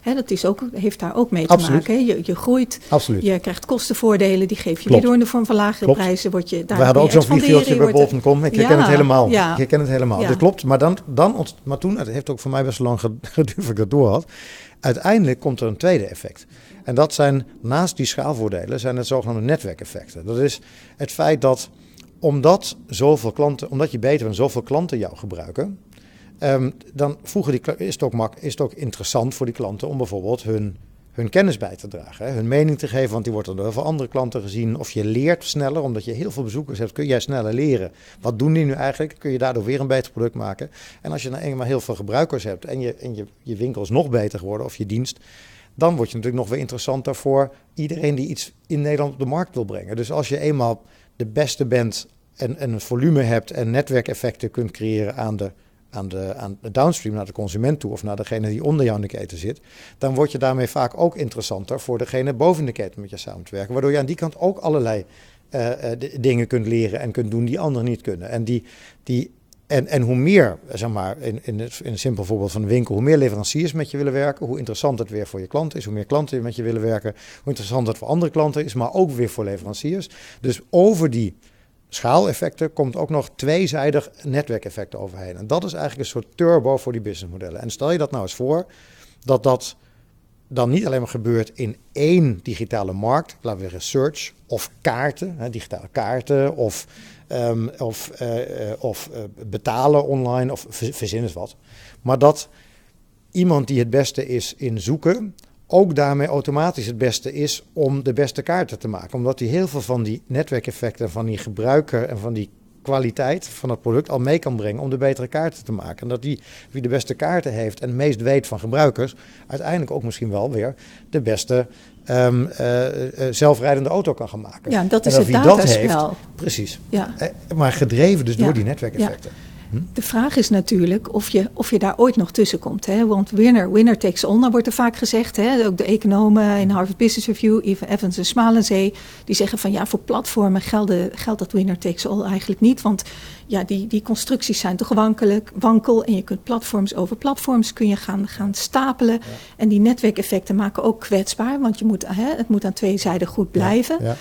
Hè, dat is ook, heeft daar ook mee te Absoluut. maken. Hè. Je, je groeit, Absoluut. je krijgt kostenvoordelen, die geef je Klopt. weer door in de vorm van lagere Klopt. prijzen. Word je, daar We hadden ook zo'n vliegveldje bij bol bol punt com. Ik herken ja, het helemaal. Ja. Ik herken het helemaal. Ja. Dat klopt. Maar, dan, dan, ont- maar toen, het heeft ook voor mij best lang geduurd voordat ik dat door had. Uiteindelijk komt er een tweede effect. En dat zijn, naast die schaalvoordelen, zijn het zogenaamde netwerkeffecten. Dat is het feit dat, omdat, zoveel klanten, omdat je beter bent, zoveel klanten jou gebruiken, um, dan vroeger die, is, het ook mak, is het ook interessant voor die klanten om bijvoorbeeld hun, hun kennis bij te dragen. Hè, hun mening te geven, want die wordt er door veel andere klanten gezien. Of je leert sneller, omdat je heel veel bezoekers hebt, kun jij sneller leren. Wat doen die nu eigenlijk? Kun je daardoor weer een beter product maken. En als je nou eenmaal heel veel gebruikers hebt en je, en je, je winkel is nog beter geworden of je dienst, dan word je natuurlijk nog weer interessanter voor iedereen die iets in Nederland op de markt wil brengen. Dus als je eenmaal de beste bent en, en een volume hebt en netwerkeffecten kunt creëren aan de, aan, de, aan de downstream, naar de consument toe of naar degene die onder jou in de keten zit, dan word je daarmee vaak ook interessanter voor degene boven in de keten met je samen te werken. Waardoor je aan die kant ook allerlei uh, uh, dingen kunt leren en kunt doen die anderen niet kunnen. En die... die En, en hoe meer, zeg maar, in, in, het, in een simpel voorbeeld van een winkel, hoe meer leveranciers met je willen werken, hoe interessant het weer voor je klanten is, hoe meer klanten met je willen werken, hoe interessant het voor andere klanten is, maar ook weer voor leveranciers. Dus over die schaaleffecten komt ook nog tweezijdig netwerkeffecten overheen. En dat is eigenlijk een soort turbo voor die businessmodellen. En stel je dat nou eens voor, dat dat dan niet alleen maar gebeurt in één digitale markt, laten we zeggen search of kaarten, hè, digitale kaarten of... Um, of uh, uh, of uh, betalen online of verzin eens wat. Maar dat iemand die het beste is in zoeken ook daarmee automatisch het beste is om de beste kaarten te maken. Omdat hij heel veel van die netwerkeffecten, van die gebruiker en van die kwaliteit van het product al mee kan brengen om de betere kaarten te maken. En dat die wie de beste kaarten heeft en het meest weet van gebruikers, uiteindelijk ook misschien wel weer de beste um, uh, uh, zelfrijdende auto kan gaan maken. Ja, dat is en het wie dat heeft, dataspel. precies. Ja. Uh, maar gedreven dus Ja. door die netwerkeffecten. Ja. De vraag is natuurlijk of je, of je daar ooit nog tussen komt. Hè? Want winner, winner takes all, nou wordt er vaak gezegd. Hè? Ook de economen in Harvard Business Review, Even Evans en Smalenzee, die zeggen van ja, voor platformen gelden, geldt dat winner takes all eigenlijk niet. Want ja, die, die constructies zijn toch wankelijk, wankel. En je kunt platforms over platforms kun je gaan, gaan stapelen. Ja. En die netwerkeffecten maken ook kwetsbaar. Want je moet, hè, het moet aan twee zijden goed blijven. Ja, ja.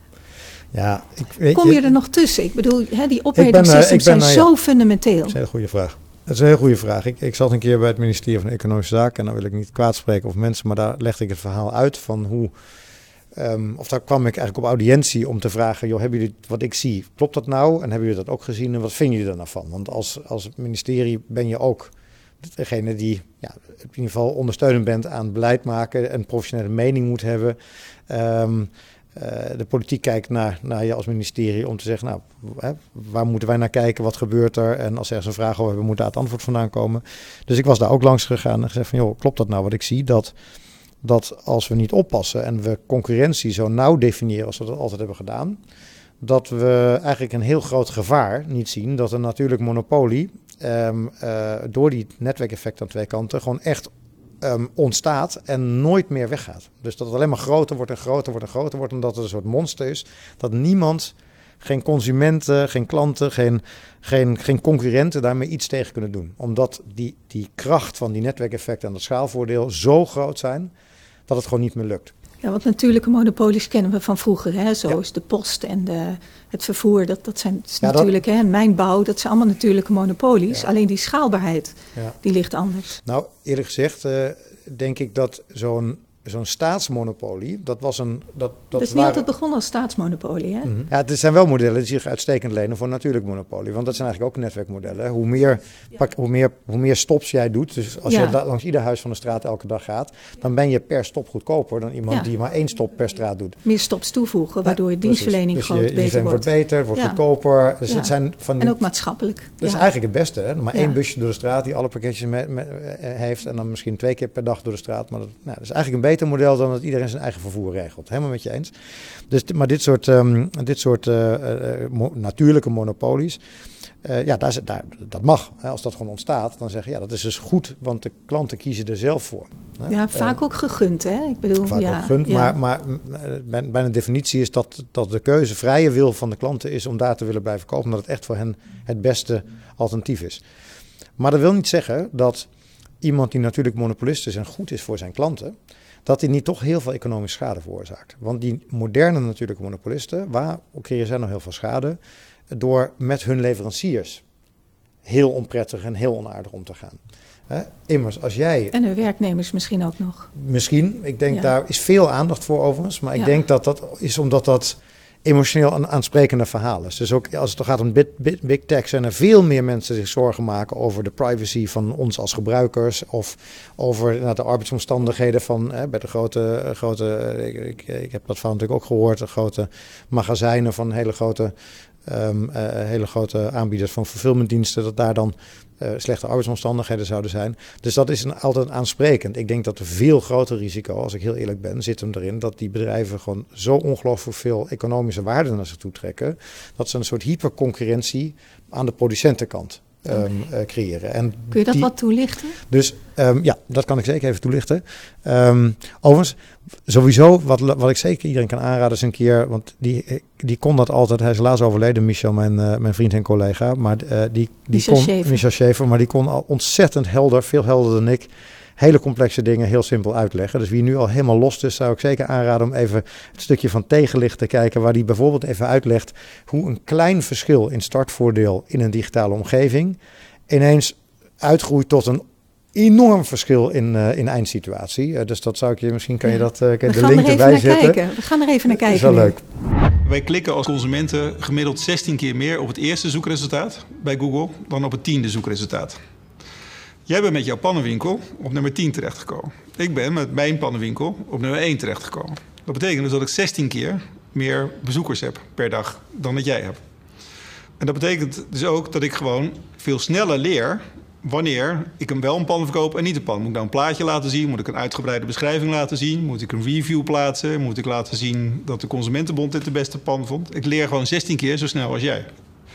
Ja, ik, weet Kom je, je er nog tussen? Ik bedoel, hè, die opleidingssystems zijn nou, zo ja. fundamenteel. Dat is een hele goede vraag. Dat is een hele goede vraag. Ik, ik zat een keer bij het ministerie van Economische Zaken en dan wil ik niet kwaad spreken over mensen, maar daar legde ik het verhaal uit van hoe, um, of daar kwam ik eigenlijk op audiëntie om te vragen, joh, hebben jullie wat ik zie, klopt dat nou? En hebben jullie dat ook gezien en wat vinden jullie er nou van? Want als, als ministerie ben je ook degene die ja, in ieder geval ondersteunend bent aan beleid maken, een professionele mening moet hebben. Um, Uh, de politiek kijkt naar, naar je als ministerie om te zeggen, nou, hè, waar moeten wij naar kijken, wat gebeurt er? En als er een vraag over hebben, moet daar het antwoord vandaan komen. Dus ik was daar ook langs gegaan en gezegd van, joh, klopt dat nou wat ik zie? Dat, dat als we niet oppassen en we concurrentie zo nauw definiëren als we dat altijd hebben gedaan, dat we eigenlijk een heel groot gevaar niet zien dat een natuurlijk monopolie um, uh, door die netwerkeffect aan twee kanten gewoon echt Um, ontstaat en nooit meer weggaat. Dus dat het alleen maar groter wordt en groter wordt en groter wordt, omdat het een soort monster is, dat niemand, geen consumenten, geen klanten, geen, geen, geen concurrenten daarmee iets tegen kunnen doen. Omdat die, die kracht van die netwerkeffecten en dat schaalvoordeel zo groot zijn, dat het gewoon niet meer lukt. Ja, want natuurlijke monopolies kennen we van vroeger, hè? Zoals ja. de post en de, het vervoer. Dat, dat zijn ja, natuurlijk, dat... hè, mijnbouw, dat zijn allemaal natuurlijke monopolies. Ja. Alleen die schaalbaarheid, ja. die ligt anders. Nou, eerlijk gezegd uh, denk ik dat zo'n, zo'n staatsmonopolie, dat was een... Dat, dat, dat is niet waren... altijd begonnen als staatsmonopolie, hè? Mm-hmm. Ja, het zijn wel modellen die zich uitstekend lenen voor natuurlijk monopolie. Want dat zijn eigenlijk ook netwerkmodellen. Hoe meer, ja. pak, hoe meer, hoe meer stops jij doet, dus als ja. je langs ieder huis van de straat elke dag gaat, dan ben je per stop goedkoper dan iemand ja. die maar één stop per straat doet. Meer stops toevoegen, waardoor je dienstverlening dus groot je, beter wordt. wordt. beter, wordt ja. goedkoper. Dus ja. het zijn van die, en ook maatschappelijk. Dat is ja. eigenlijk het beste. Hè? Maar ja. één busje door de straat die alle pakketjes me, me, heeft en dan misschien twee keer per dag door de straat. Maar dat, nou, dat is eigenlijk een beter model dan dat iedereen zijn eigen vervoer regelt. Helemaal met je eens. Dus, maar dit soort, um, dit soort uh, uh, mo- natuurlijke monopolies, uh, ja, daar, daar, dat mag. Hè. Als dat gewoon ontstaat, dan zeg je ja, dat is dus goed, want de klanten kiezen er zelf voor. Hè. Ja, vaak uh, ook gegund, hè? Ik bedoel, vaak ja, ook gegund, ja. maar, maar bij, bij een definitie is dat, dat de keuze, vrije wil van de klanten is om daar te willen blijven kopen, omdat het echt voor hen het beste alternatief is. Maar dat wil niet zeggen dat iemand die natuurlijk monopolist is en goed is voor zijn klanten, dat hij niet toch heel veel economische schade veroorzaakt. Want die moderne natuurlijke monopolisten, waar creëren zij nog heel veel schade door met hun leveranciers heel onprettig en heel onaardig om te gaan. He, immers, als jij... En hun werknemers misschien ook nog. Misschien, ik denk ja. daar is veel aandacht voor overigens, maar ik ja. denk dat dat is omdat dat emotioneel een aansprekende verhaal is. Dus ook als het gaat om big, big, big tech zijn er veel meer mensen zich zorgen maken over de privacy van ons als gebruikers of over nou, de arbeidsomstandigheden van hè, bij de grote, grote ik, ik, ik heb dat van natuurlijk ook gehoord, de grote magazijnen van hele grote, um, uh, hele grote aanbieders van fulfillmentdiensten, dat daar dan Uh, slechte arbeidsomstandigheden zouden zijn. Dus dat is een, altijd aansprekend. Ik denk dat er veel groter risico, als ik heel eerlijk ben, zit hem erin dat die bedrijven gewoon zo ongelooflijk veel economische waarde naar zich toe trekken, dat ze een soort hyperconcurrentie aan de producentenkant um, uh, creëren. En kun je dat die, wat toelichten? Dus um, ja, dat kan ik zeker even toelichten. Um, overigens, sowieso, wat, wat ik zeker iedereen kan aanraden is een keer, want die, die kon dat altijd, hij is helaas overleden, Michel, mijn, uh, mijn vriend en collega, maar uh, die, die Michel kon, Schaefer. Michel Schaefer, maar die kon al ontzettend helder, veel helderder dan ik, hele complexe dingen heel simpel uitleggen. Dus wie nu al helemaal los is, zou ik zeker aanraden om even het stukje van tegenlicht te kijken, waar die bijvoorbeeld even uitlegt hoe een klein verschil in startvoordeel in een digitale omgeving ineens uitgroeit tot een enorm verschil in, uh, in eindsituatie. Uh, dus dat zou ik je, misschien kan je dat uh, kan je de link erbij zetten. Kijken. We gaan er even naar kijken. Dat is wel leuk. Wij klikken als consumenten gemiddeld zestien keer meer op het eerste zoekresultaat bij Google dan op het tiende zoekresultaat. Jij bent met jouw pannenwinkel op nummer tien terechtgekomen. Ik ben met mijn pannenwinkel op nummer één terechtgekomen. Dat betekent dus dat ik zestien keer meer bezoekers heb per dag dan dat jij hebt. En dat betekent dus ook dat ik gewoon veel sneller leer wanneer ik hem wel een pan verkoop en niet een pan. Moet ik nou een plaatje laten zien? Moet ik een uitgebreide beschrijving laten zien? Moet ik een review plaatsen? Moet ik laten zien dat de Consumentenbond dit de beste pan vond? Ik leer gewoon zestien keer zo snel als jij.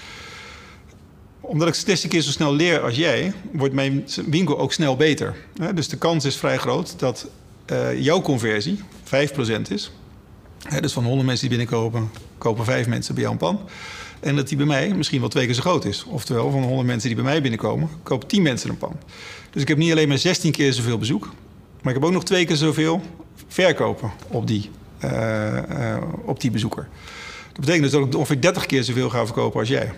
Omdat ik zestien keer zo snel leer als jij, wordt mijn winkel ook snel beter. Dus de kans is vrij groot dat uh, jouw conversie vijf procent is. Dus van honderd mensen die binnenkopen, kopen vijf mensen bij jou een pan. En dat die bij mij misschien wel twee keer zo groot is. Oftewel, van de honderd mensen die bij mij binnenkomen, kopen tien mensen een pan. Dus ik heb niet alleen maar zestien keer zoveel bezoek, maar ik heb ook nog twee keer zoveel verkopen op die, uh, uh, op die bezoeker. Dat betekent dus dat ik ongeveer dertig keer zoveel ga verkopen als jij.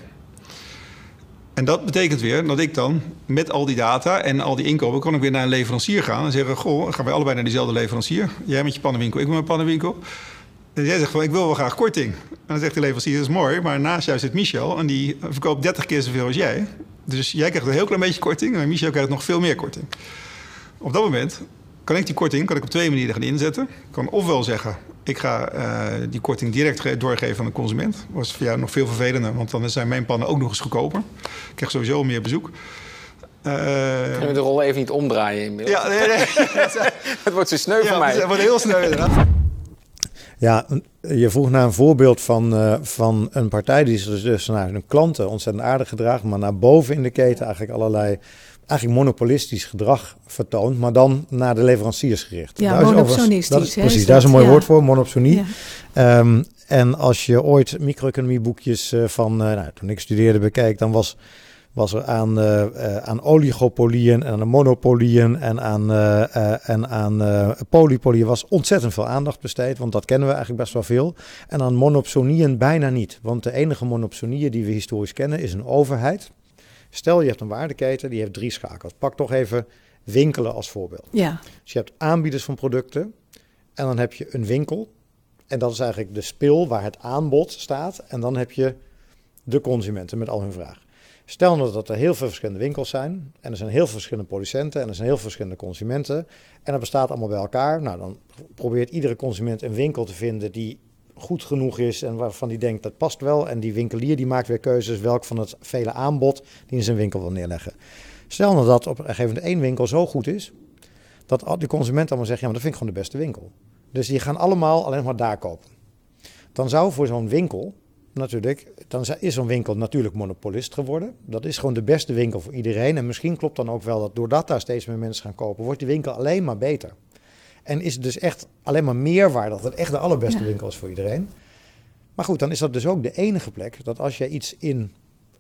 En dat betekent weer dat ik dan met al die data en al die inkopen kan ik weer naar een leverancier gaan en zeggen, goh, gaan wij allebei naar diezelfde leverancier. Jij met je pannenwinkel, ik met mijn pannenwinkel. En jij zegt van, ik wil wel graag korting. En dan zegt de leverancier, dat is mooi, maar naast jou zit Michel en die verkoopt dertig keer zoveel als jij. Dus jij krijgt een heel klein beetje korting en Michel krijgt nog veel meer korting. Op dat moment kan ik die korting kan ik op twee manieren gaan inzetten. Ik kan ofwel zeggen, ik ga uh, die korting direct doorgeven aan de consument. Dat was voor jou nog veel vervelender, want dan zijn mijn pannen ook nog eens goedkoper. Ik krijg sowieso meer bezoek. Uh, Kunnen we de rol even niet omdraaien inmiddels? Ja, nee, nee. Het wordt zo sneu ja, voor mij. Het wordt heel sneu inderdaad. Ja, je vroeg naar een voorbeeld van, uh, van een partij die zich dus naar hun klanten ontzettend aardig gedraagt, maar naar boven in de keten eigenlijk allerlei eigenlijk monopolistisch gedrag vertoont, maar dan naar de leveranciers gericht. Ja, daar monopsonistisch. Dat is, hè, precies, is daar is een dat, mooi ja. woord voor, monopsonie. Ja. Um, en als je ooit micro-economieboekjes uh, van, uh, nou, toen ik studeerde bekeek, dan was... was er aan, uh, uh, aan oligopolieën en aan monopolieën en aan, uh, uh, en aan uh, polypolieën was ontzettend veel aandacht besteed, want dat kennen we eigenlijk best wel veel. En aan monopsonieën bijna niet, want de enige monopsonieën die we historisch kennen is een overheid. Stel je hebt een waardeketen, die heeft drie schakels. Pak toch even winkelen als voorbeeld. Ja. Dus je hebt aanbieders van producten en dan heb je een winkel. En dat is eigenlijk de spil waar het aanbod staat. En dan heb je de consumenten met al hun vragen. Stel nou dat er heel veel verschillende winkels zijn. En er zijn heel veel verschillende producenten. En er zijn heel veel verschillende consumenten. En dat bestaat allemaal bij elkaar. Nou, dan probeert iedere consument een winkel te vinden die goed genoeg is. En waarvan die denkt dat past wel. En die winkelier die maakt weer keuzes welk van het vele aanbod die in zijn winkel wil neerleggen. Stel nou dat op een gegeven moment één winkel zo goed is. Dat de consument allemaal zegt, ja, maar dat vind ik gewoon de beste winkel. Dus die gaan allemaal alleen maar daar kopen. Dan zou voor zo'n winkel, natuurlijk, dan is zo'n winkel natuurlijk monopolist geworden. Dat is gewoon de beste winkel voor iedereen. En misschien klopt dan ook wel dat doordat daar steeds meer mensen gaan kopen, wordt die winkel alleen maar beter. En is het dus echt alleen maar meerwaarde dat het echt de allerbeste ja. winkel is voor iedereen. Maar goed, dan is dat dus ook de enige plek dat als jij iets in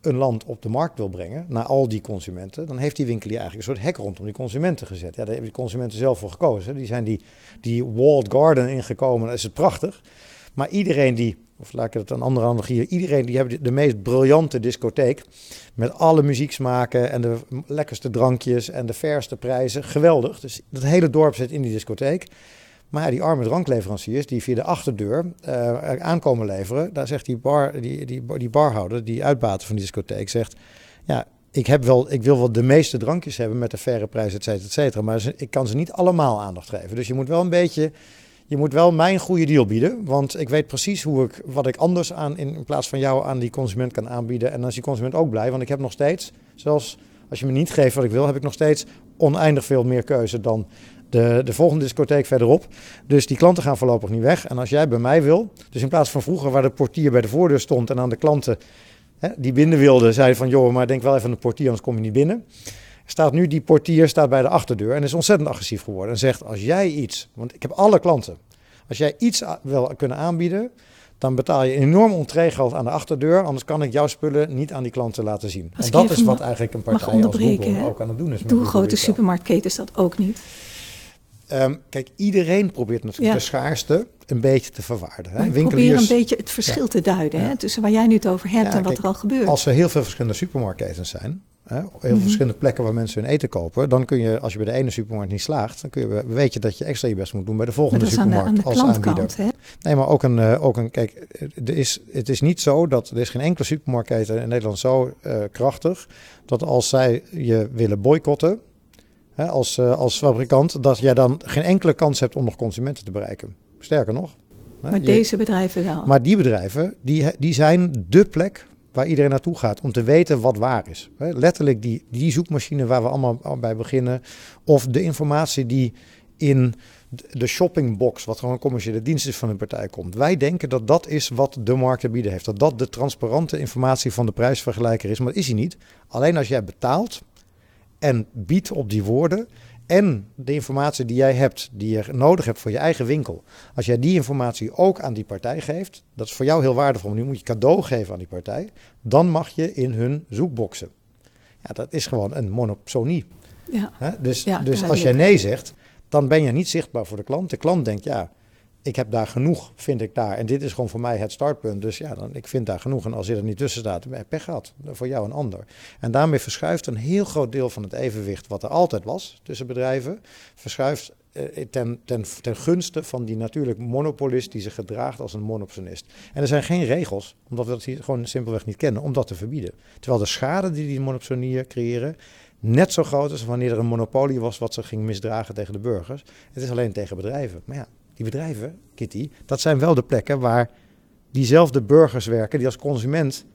een land op de markt wil brengen, naar al die consumenten, dan heeft die winkelier eigenlijk een soort hek rondom die consumenten gezet. Ja, daar hebben die consumenten zelf voor gekozen. Die zijn die, die walled garden ingekomen, dat is het prachtig. Maar iedereen die, of laat ik het een andere analogie, iedereen die heeft de, de meest briljante discotheek, met alle muzieksmaken en de lekkerste drankjes en de verste prijzen, geweldig. Dus het hele dorp zit in die discotheek. Maar ja, die arme drankleveranciers die via de achterdeur uh, aankomen leveren, daar zegt die, bar, die, die, die barhouder, die uitbater van die discotheek, zegt, ja, ik, heb wel, ik wil wel de meeste drankjes hebben met de faire prijs, et cetera, et cetera, maar ze, ik kan ze niet allemaal aandacht geven. Dus je moet wel een beetje, je moet wel mij een goede deal bieden, want ik weet precies hoe ik, wat ik anders aan, in, in plaats van jou aan die consument kan aanbieden. En dan is die consument ook blij, want ik heb nog steeds, zelfs als je me niet geeft wat ik wil, heb ik nog steeds oneindig veel meer keuze dan De, de volgende discotheek verderop. Dus die klanten gaan voorlopig niet weg. En als jij bij mij wil, dus in plaats van vroeger waar de portier bij de voordeur stond en aan de klanten hè, die binnen wilden, zei van joh, maar denk wel even aan de portier, anders kom je niet binnen. Staat nu die portier staat bij de achterdeur en is ontzettend agressief geworden. En zegt, als jij iets, want ik heb alle klanten, als jij iets wil kunnen aanbieden, dan betaal je enorm ontreegeld aan de achterdeur. Anders kan ik jouw spullen niet aan die klanten laten zien. Als en dat is wat mag, eigenlijk een partij als Google hè? ook aan het doen is. Doe grote supermarktketens dat ook niet? Um, kijk, iedereen probeert natuurlijk ja. de schaarste een beetje te verwaarden. Hè? Winkeliers probeer een beetje het verschil ja. te duiden hè? tussen waar jij nu het over hebt ja, en wat kijk, er al gebeurt. Als er heel veel verschillende supermarktketens zijn, hè? heel veel mm-hmm. verschillende plekken waar mensen hun eten kopen, dan kun je, als je bij de ene supermarkt niet slaagt, dan kun je, weet je dat je extra je best moet doen bij de volgende supermarkt aan de, aan de als aanbieder. Hè? Nee, maar ook een, uh, ook een kijk, er is, het is niet zo dat er is geen enkele supermarktketen in Nederland zo uh, krachtig dat als zij je willen boycotten, He, als, uh, als fabrikant, dat jij dan geen enkele kans hebt om nog consumenten te bereiken. Sterker nog. He, maar deze je, bedrijven wel. Maar die bedrijven, die, die zijn dé plek waar iedereen naartoe gaat om te weten wat waar is. He, letterlijk die, die zoekmachine waar we allemaal bij beginnen, of de informatie die in de shoppingbox, wat gewoon een commerciële dienst is van een partij, komt. Wij denken dat dat is wat de markt te bieden heeft. Dat dat de transparante informatie van de prijsvergelijker is, maar dat is hij niet. Alleen als jij betaalt en biedt op die woorden en de informatie die jij hebt, die je nodig hebt voor je eigen winkel. Als jij die informatie ook aan die partij geeft, dat is voor jou heel waardevol. Nu moet je cadeau geven aan die partij, dan mag je in hun zoekboxen. Ja, dat is gewoon een monopolie. Ja. He? Dus, ja, dus als jij nee zegt, dan ben je niet zichtbaar voor de klant. De klant denkt, ja, ik heb daar genoeg, vind ik daar. En dit is gewoon voor mij het startpunt. Dus ja, dan, ik vind daar genoeg. En als je er niet tussen staat, ben je pech gehad. Voor jou een ander. En daarmee verschuift een heel groot deel van het evenwicht, wat er altijd was tussen bedrijven, verschuift eh, ten, ten, ten gunste van die natuurlijk monopolist die zich gedraagt als een monopolist. En er zijn geen regels, omdat we dat hier gewoon simpelweg niet kennen, om dat te verbieden. Terwijl de schade die die monopolieën creëren net zo groot is wanneer er een monopolie was wat zich ging misdragen tegen de burgers. Het is alleen tegen bedrijven. Maar ja, die bedrijven, Kitty, dat zijn wel de plekken waar diezelfde burgers werken die als consument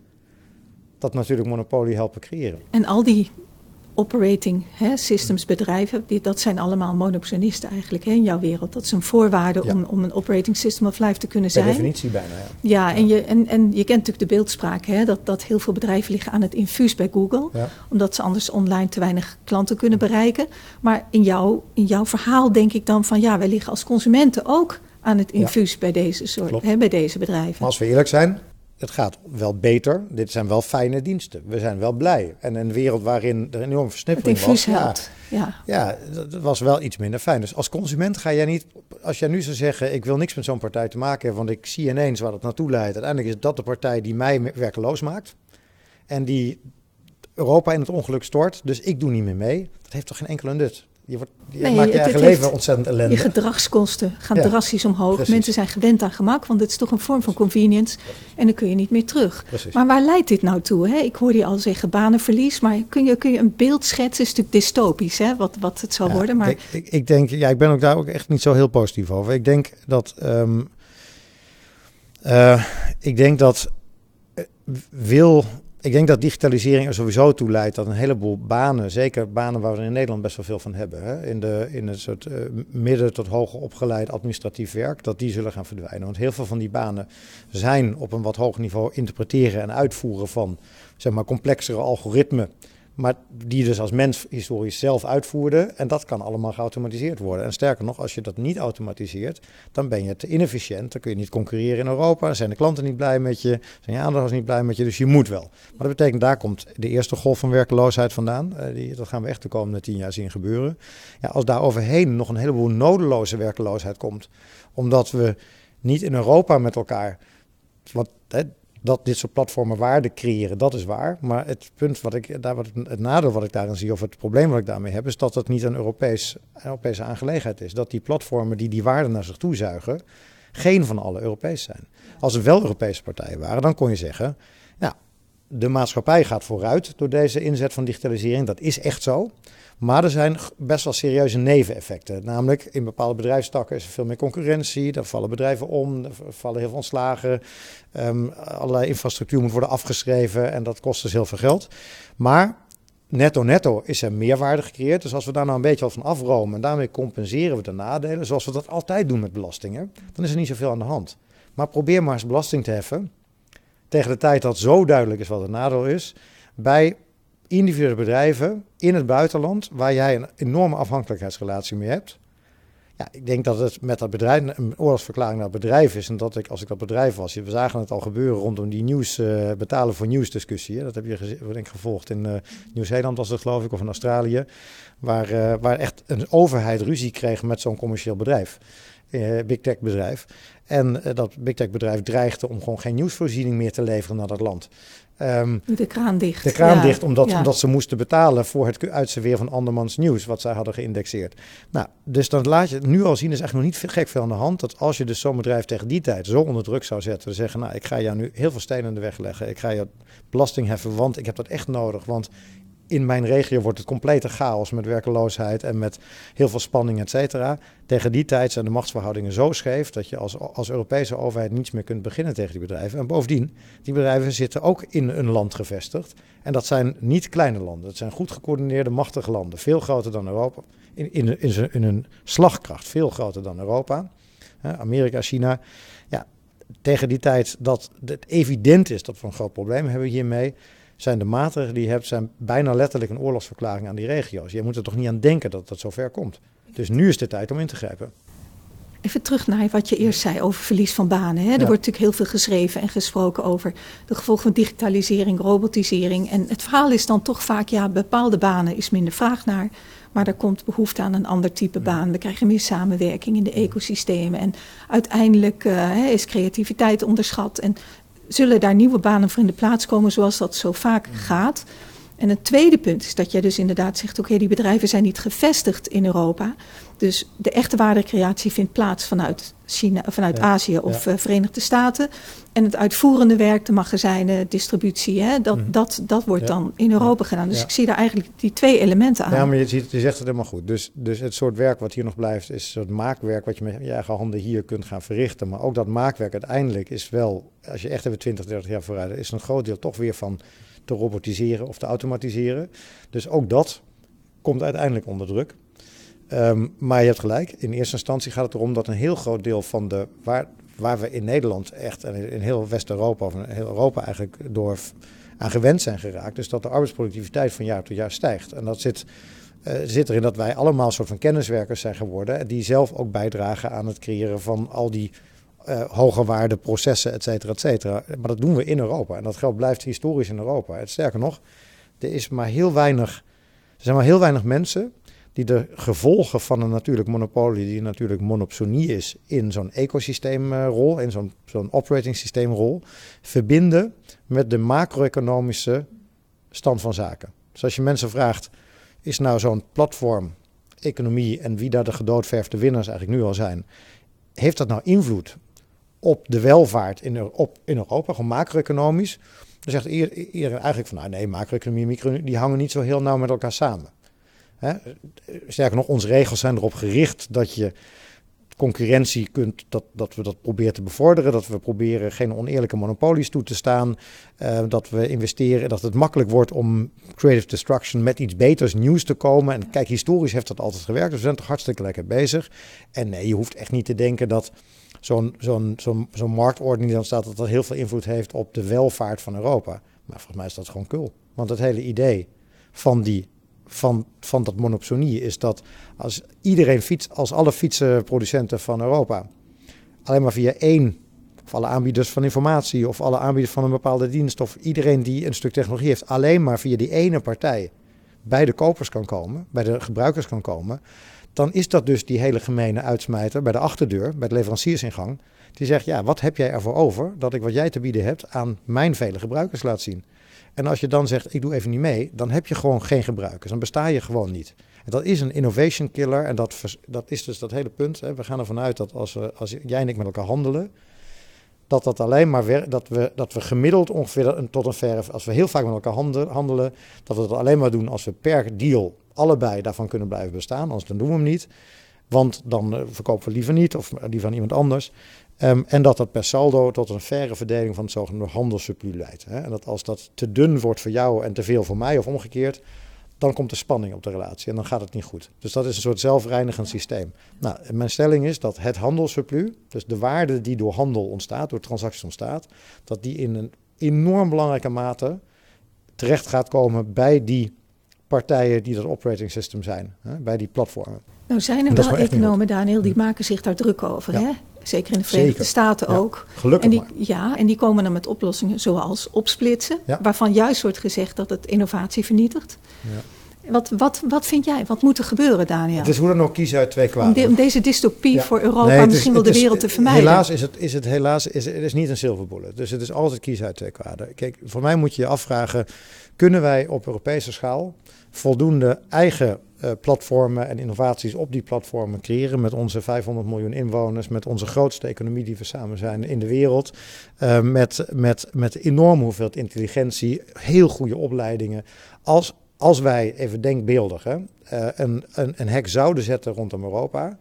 dat natuurlijk monopolie helpen creëren. En al die operating hè, systems bedrijven, die, dat zijn allemaal monopolisten eigenlijk hè, in jouw wereld. Dat is een voorwaarde ja. om, om een operating system of life te kunnen zijn. Per definitie bijna, ja. Ja, en je, en, en je kent natuurlijk de beeldspraak, hè, dat, dat heel veel bedrijven liggen aan het infuus bij Google. Ja. Omdat ze anders online te weinig klanten kunnen bereiken. Maar in, jou, in jouw verhaal denk ik dan van ja, wij liggen als consumenten ook aan het infuus ja. bij deze soort, hè, bij deze bedrijven. Maar als we eerlijk zijn, het gaat wel beter. Dit zijn wel fijne diensten. We zijn wel blij. En in een wereld waarin er een enorme versnippering het infuus was. Helpt. Ja, ja, ja, dat was wel iets minder fijn. Dus als consument ga jij niet, als jij nu zou zeggen, ik wil niks met zo'n partij te maken hebben, want ik zie ineens waar dat naartoe leidt. Uiteindelijk is dat de partij die mij werkeloos maakt. En die Europa in het ongeluk stort. Dus ik doe niet meer mee. Dat heeft toch geen enkele nut? Je, wordt, je nee, maakt je het, eigen het leven ontzettend ellendig. Je gedragskosten gaan ja, drastisch omhoog. Precies. Mensen zijn gewend aan gemak, want het is toch een vorm van convenience. En dan kun je niet meer terug. Precies. Maar waar leidt dit nou toe? Hè? Ik hoorde je al zeggen banenverlies, maar kun je, kun je een beeld schetsen? Het is natuurlijk dystopisch, hè? Wat, wat het zal ja, worden. Maar... Ik, ik, ik denk, ja, ik ben ook daar ook echt niet zo heel positief over. Ik denk dat, um, uh, ik denk dat uh, wil... Ik denk dat digitalisering er sowieso toe leidt dat een heleboel banen, zeker banen waar we in Nederland best wel veel van hebben, hè, in, de, in het soort uh, midden tot hoger opgeleid administratief werk, dat die zullen gaan verdwijnen. Want heel veel van die banen zijn op een wat hoger niveau interpreteren en uitvoeren van zeg maar complexere algoritmen maar die dus als mens historisch zelf uitvoerde. En dat kan allemaal geautomatiseerd worden. En sterker nog, als je dat niet automatiseert, dan ben je te inefficiënt. Dan kun je niet concurreren in Europa. Dan zijn de klanten niet blij met je, zijn je aandeelhouders niet blij met je. Dus je moet wel. Maar dat betekent, daar komt de eerste golf van werkloosheid vandaan. Uh, die, dat gaan we echt de komende tien jaar zien gebeuren. Ja, als daar overheen nog een heleboel nodeloze werkloosheid komt, omdat we niet in Europa met elkaar, want hè, dat dit soort platformen waarde creëren, dat is waar. Maar het punt wat ik, daar wat het nadeel wat ik daarin zie, of het probleem wat ik daarmee heb, is dat het niet een Europees, Europese aangelegenheid is. Dat die platformen die die waarde naar zich toe zuigen, geen van alle Europees zijn. Als er wel Europese partijen waren, dan kon je zeggen, nou, de maatschappij gaat vooruit door deze inzet van digitalisering. Dat is echt zo. Maar er zijn best wel serieuze neveneffecten. Namelijk, in bepaalde bedrijfstakken is er veel meer concurrentie. Daar vallen bedrijven om, er vallen heel veel ontslagen. Um, allerlei infrastructuur moet worden afgeschreven en dat kost dus heel veel geld. Maar netto netto is er meerwaarde gecreëerd. Dus als we daar nou een beetje wat van afromen en daarmee compenseren we de nadelen, zoals we dat altijd doen met belastingen, dan is er niet zoveel aan de hand. Maar probeer maar eens belasting te heffen tegen de tijd dat zo duidelijk is wat het nadeel is, bij individuele bedrijven in het buitenland, waar jij een enorme afhankelijkheidsrelatie mee hebt. Ja, ik denk dat het met dat bedrijf een oorlogsverklaring naar het bedrijf is. En dat ik, als ik dat bedrijf was, we zagen het al gebeuren rondom die nieuws, uh, betalen voor nieuws discussie. Hè. Dat heb je gez- denk ik gevolgd in uh, Nieuw-Zeeland was het geloof ik, of in Australië. Waar, uh, waar echt een overheid ruzie kreeg met zo'n commercieel bedrijf. Uh, big tech bedrijf. En uh, dat big tech bedrijf dreigde om gewoon geen nieuwsvoorziening meer te leveren naar dat land. Um, de kraan dicht. De kraan ja, dicht, omdat, ja. omdat ze moesten betalen voor het uitserveren van andermans nieuws, wat zij hadden geïndexeerd. Nou, dus dan laat je het nu al zien, is echt nog niet gek veel aan de hand, dat als je dus zo'n bedrijf tegen die tijd zo onder druk zou zetten, we zeggen, nou, ik ga jou nu heel veel stenen in de weg leggen, ik ga je belasting heffen, want ik heb dat echt nodig, want in mijn regio wordt het complete chaos met werkeloosheid en met heel veel spanning, et cetera. Tegen die tijd zijn de machtsverhoudingen zo scheef dat je als, als Europese overheid niets meer kunt beginnen tegen die bedrijven. En bovendien, die bedrijven zitten ook in een land gevestigd. En dat zijn niet kleine landen. Dat zijn goed gecoördineerde, machtige landen. Veel groter dan Europa. In, in, in, in hun slagkracht veel groter dan Europa. Amerika, China. Ja, tegen die tijd dat het evident is dat we een groot probleem hebben hiermee, zijn de maatregelen die je hebt, zijn bijna letterlijk een oorlogsverklaring aan die regio's. Je moet er toch niet aan denken dat dat zover komt. Dus nu is de tijd om in te grijpen. Even terug naar wat je eerst zei over verlies van banen. Hè? Er ja. wordt natuurlijk heel veel geschreven en gesproken over de gevolgen van digitalisering, robotisering. En het verhaal is dan toch vaak, ja, bepaalde banen is minder vraag naar, maar er komt behoefte aan een ander type baan. We krijgen meer samenwerking in de ecosystemen. En uiteindelijk uh, is creativiteit onderschat en zullen daar nieuwe banen voor in de plaats komen, zoals dat zo vaak gaat. En het tweede punt is dat jij dus inderdaad zegt, oké, okay, die bedrijven zijn niet gevestigd in Europa. Dus de echte waardecreatie vindt plaats vanuit China, vanuit ja, Azië of ja. uh, Verenigde Staten. En het uitvoerende werk, de magazijnen, distributie, hè, dat, mm-hmm. dat, dat wordt ja. dan in Europa ja. gedaan. Dus ja. ik zie daar eigenlijk die twee elementen aan. Ja, maar je, ziet, je zegt het helemaal goed. Dus, dus het soort werk wat hier nog blijft, is het maakwerk wat je met je eigen handen hier kunt gaan verrichten. Maar ook dat maakwerk uiteindelijk is wel, als je echt even twintig, dertig jaar vooruit, is een groot deel toch weer van te robotiseren of te automatiseren. Dus ook dat komt uiteindelijk onder druk. Um, maar je hebt gelijk, in eerste instantie gaat het erom dat een heel groot deel van de, waar, waar we in Nederland echt, en in heel West-Europa of in heel Europa eigenlijk door aan gewend zijn geraakt, dus dat de arbeidsproductiviteit van jaar tot jaar stijgt. En dat zit, uh, zit erin dat wij allemaal een soort van kenniswerkers zijn geworden, die zelf ook bijdragen aan het creëren van al die Uh, hoge waarde processen, et cetera, et cetera. Maar dat doen we in Europa. En dat geld blijft historisch in Europa. Het sterker nog, er is maar heel weinig, er zijn maar heel weinig mensen die de gevolgen van een natuurlijk monopolie, die natuurlijk monopsonie is, in zo'n ecosysteemrol, in zo'n, zo'n operating systeemrol, verbinden met de macro-economische stand van zaken. Dus als je mensen vraagt, is nou zo'n platform, economie en wie daar de gedoodverfde winnaars eigenlijk nu al zijn, heeft dat nou invloed op de welvaart in, op, in Europa, gewoon macro-economisch? Dan zegt iedereen eigenlijk van, nou nee, macro-economie en micro, die hangen niet zo heel nauw met elkaar samen. Hè? Sterker nog, onze regels zijn erop gericht dat je concurrentie kunt, dat, dat we dat proberen te bevorderen, dat we proberen geen oneerlijke monopolies toe te staan, uh, dat we investeren, dat het makkelijk wordt om creative destruction met iets beters nieuws te komen. En kijk, historisch heeft dat altijd gewerkt, dus we zijn toch hartstikke lekker bezig. En nee, je hoeft echt niet te denken dat zo'n, zo'n, zo'n, zo'n marktorde die dan staat, dat dat heel veel invloed heeft op de welvaart van Europa. Maar volgens mij is dat gewoon kul. Want het hele idee van, die, van, van dat monopolie is dat als iedereen fiets, als alle fietsenproducenten van Europa alleen maar via één, of alle aanbieders van informatie of alle aanbieders van een bepaalde dienst of iedereen die een stuk technologie heeft, alleen maar via die ene partij bij de kopers kan komen, bij de gebruikers kan komen, dan is dat dus die hele gemene uitsmijter bij de achterdeur, bij de leveranciersingang, die zegt, ja, wat heb jij ervoor over dat ik wat jij te bieden hebt aan mijn vele gebruikers laat zien? En als je dan zegt, ik doe even niet mee, dan heb je gewoon geen gebruikers. Dan besta je gewoon niet. En dat is een innovation killer en dat, dat is dus dat hele punt. Hè. We gaan ervan uit dat als, we, als jij en ik met elkaar handelen, dat dat alleen maar wer- dat we, dat we gemiddeld ongeveer tot een verre, als we heel vaak met elkaar handelen, dat we dat alleen maar doen als we per deal allebei daarvan kunnen blijven bestaan. Anders dan doen we hem niet. Want dan uh, verkopen we liever niet of liever aan iemand anders. Um, en dat dat per saldo tot een faire verdeling van het zogenaamde handelssurplus leidt. Hè? En dat als dat te dun wordt voor jou en te veel voor mij of omgekeerd, dan komt er spanning op de relatie en dan gaat het niet goed. Dus dat is een soort zelfreinigend systeem. Nou, mijn stelling is dat het handelssurplus, dus de waarde die door handel ontstaat, door transacties ontstaat, dat die in een enorm belangrijke mate terecht gaat komen bij die partijen die dat operating system zijn, hè? Bij die platformen. Nou zijn er wel economen, Daniel, die maken zich daar druk over, ja. hè? Zeker in de Verenigde Zeker. Staten ja. ook. Gelukkig en die, maar. Ja, en die komen dan met oplossingen zoals opsplitsen, ja. waarvan juist wordt gezegd dat het innovatie vernietigt. Ja. Wat, wat, wat vind jij? Wat moet er gebeuren, Daniel? Het is hoe dan ook kiezen uit twee kwaden. Om, de, om deze dystopie ja. voor Europa nee, misschien wel de wereld is, te vermijden. Helaas is het, is het, helaas is, het is niet een silver bullet. Dus het is altijd kiezen uit twee kwaden. Kijk, voor mij moet je je afvragen, kunnen wij op Europese schaal voldoende eigen uh, platformen en innovaties op die platformen creëren met onze vijfhonderd miljoen inwoners, met onze grootste economie die we samen zijn in de wereld, uh, met, met, met enorme hoeveelheid intelligentie, heel goede opleidingen. Als, als wij, even denkbeeldig, hè, uh, een, een, een hek zouden zetten rondom Europa,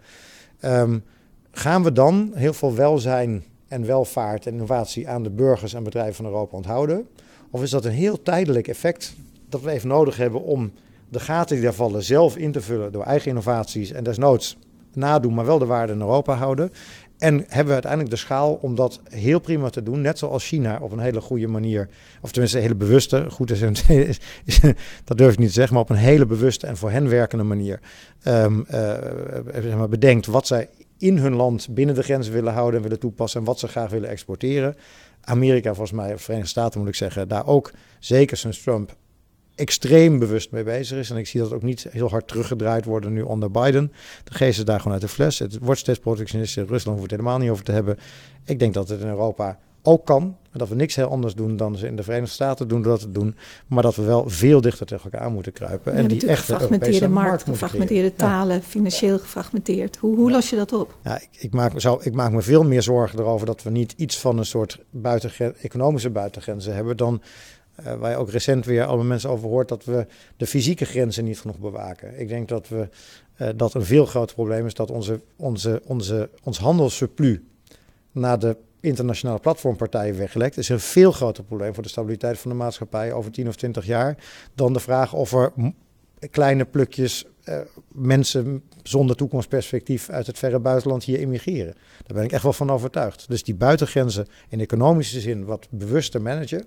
um, gaan we dan heel veel welzijn en welvaart en innovatie aan de burgers en bedrijven van Europa onthouden? Of is dat een heel tijdelijk effect dat we even nodig hebben om de gaten die daar vallen zelf in te vullen door eigen innovaties en desnoods nadoen, maar wel de waarde in Europa houden? En hebben we uiteindelijk de schaal om dat heel prima te doen, net zoals China op een hele goede manier, of tenminste een hele bewuste, goed is, is, is dat durf ik niet te zeggen, maar op een hele bewuste en voor hen werkende manier um, uh, zeg maar bedenkt wat zij in hun land binnen de grenzen willen houden en willen toepassen en wat ze graag willen exporteren. Amerika, volgens mij, of de Verenigde Staten moet ik zeggen, daar ook zeker sinds Trump extreem bewust mee bezig is. En ik zie dat ook niet heel hard teruggedraaid worden nu onder Biden. De geest is daar gewoon uit de fles. Het wordt steeds protectionistisch. Rusland hoeft het helemaal niet over te hebben. Ik denk dat het in Europa ook kan. En dat we niks heel anders doen dan ze in de Verenigde Staten doen door dat te doen. Maar dat we wel veel dichter tegen elkaar aan moeten kruipen. En die echte gefragmenteerde markt, gefragmenteerde talen, ja. financieel gefragmenteerd. Hoe, hoe ja. los je dat op? Ja, ik, ik, maak, zou, ik maak me veel meer zorgen erover dat we niet iets van een soort buitengren, economische buitengrenzen hebben dan Uh, waar je ook recent weer allemaal mensen over hoort dat we de fysieke grenzen niet genoeg bewaken. Ik denk dat we uh, dat een veel groter probleem is dat onze, onze, onze, ons handelssurplus naar de internationale platformpartijen weglekt. Is een veel groter probleem voor de stabiliteit van de maatschappij over tien of twintig jaar dan de vraag of er m- kleine plukjes uh, mensen zonder toekomstperspectief uit het verre buitenland hier immigreren. Daar ben ik echt wel van overtuigd. Dus die buitengrenzen in economische zin wat bewuster managen.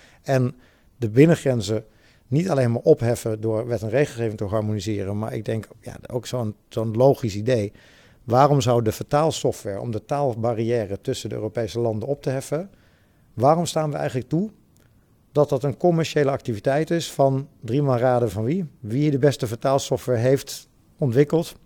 En de binnengrenzen niet alleen maar opheffen door wet en regelgeving te harmoniseren, maar ik denk ja, ook zo'n, zo'n logisch idee. Waarom zou de vertaalsoftware om de taalbarrière tussen de Europese landen op te heffen, waarom staan we eigenlijk toe dat dat een commerciële activiteit is van drie maal raden van wie? Wie de beste vertaalsoftware heeft ontwikkeld?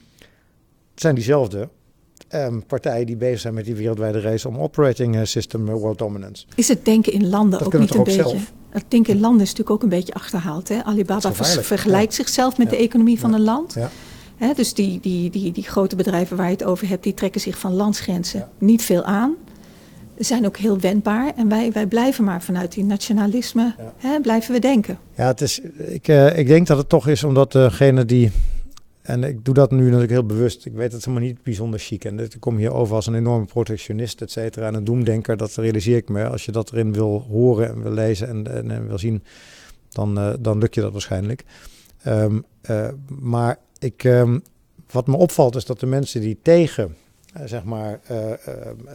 Het zijn diezelfde Um, partijen die bezig zijn met die wereldwijde race om operating system world dominance. Is het denken in landen dat ook niet een ook beetje? Zelf. Het denken in landen is natuurlijk ook een beetje achterhaald. Hè? Alibaba vergelijkt ja. zichzelf met ja. de economie van ja. een land. Ja. Hè, dus die, die, die, die grote bedrijven waar je het over hebt, die trekken zich van landsgrenzen ja. niet veel aan. Ze zijn ook heel wendbaar en wij, wij blijven maar vanuit die nationalisme ja. hè, blijven we denken. Ja, het is, ik, uh, ik denk dat het toch is omdat degene die En ik doe dat nu natuurlijk heel bewust. Ik weet het helemaal niet bijzonder chic. En ik kom hier over als een enorme protectionist, et cetera. En een doemdenker, dat realiseer ik me. Als je dat erin wil horen en wil lezen en, en, en wil zien, dan, uh, dan lukt je dat waarschijnlijk. Um, uh, maar ik, um, wat me opvalt is dat de mensen die tegen uh, zeg maar, uh, uh, uh,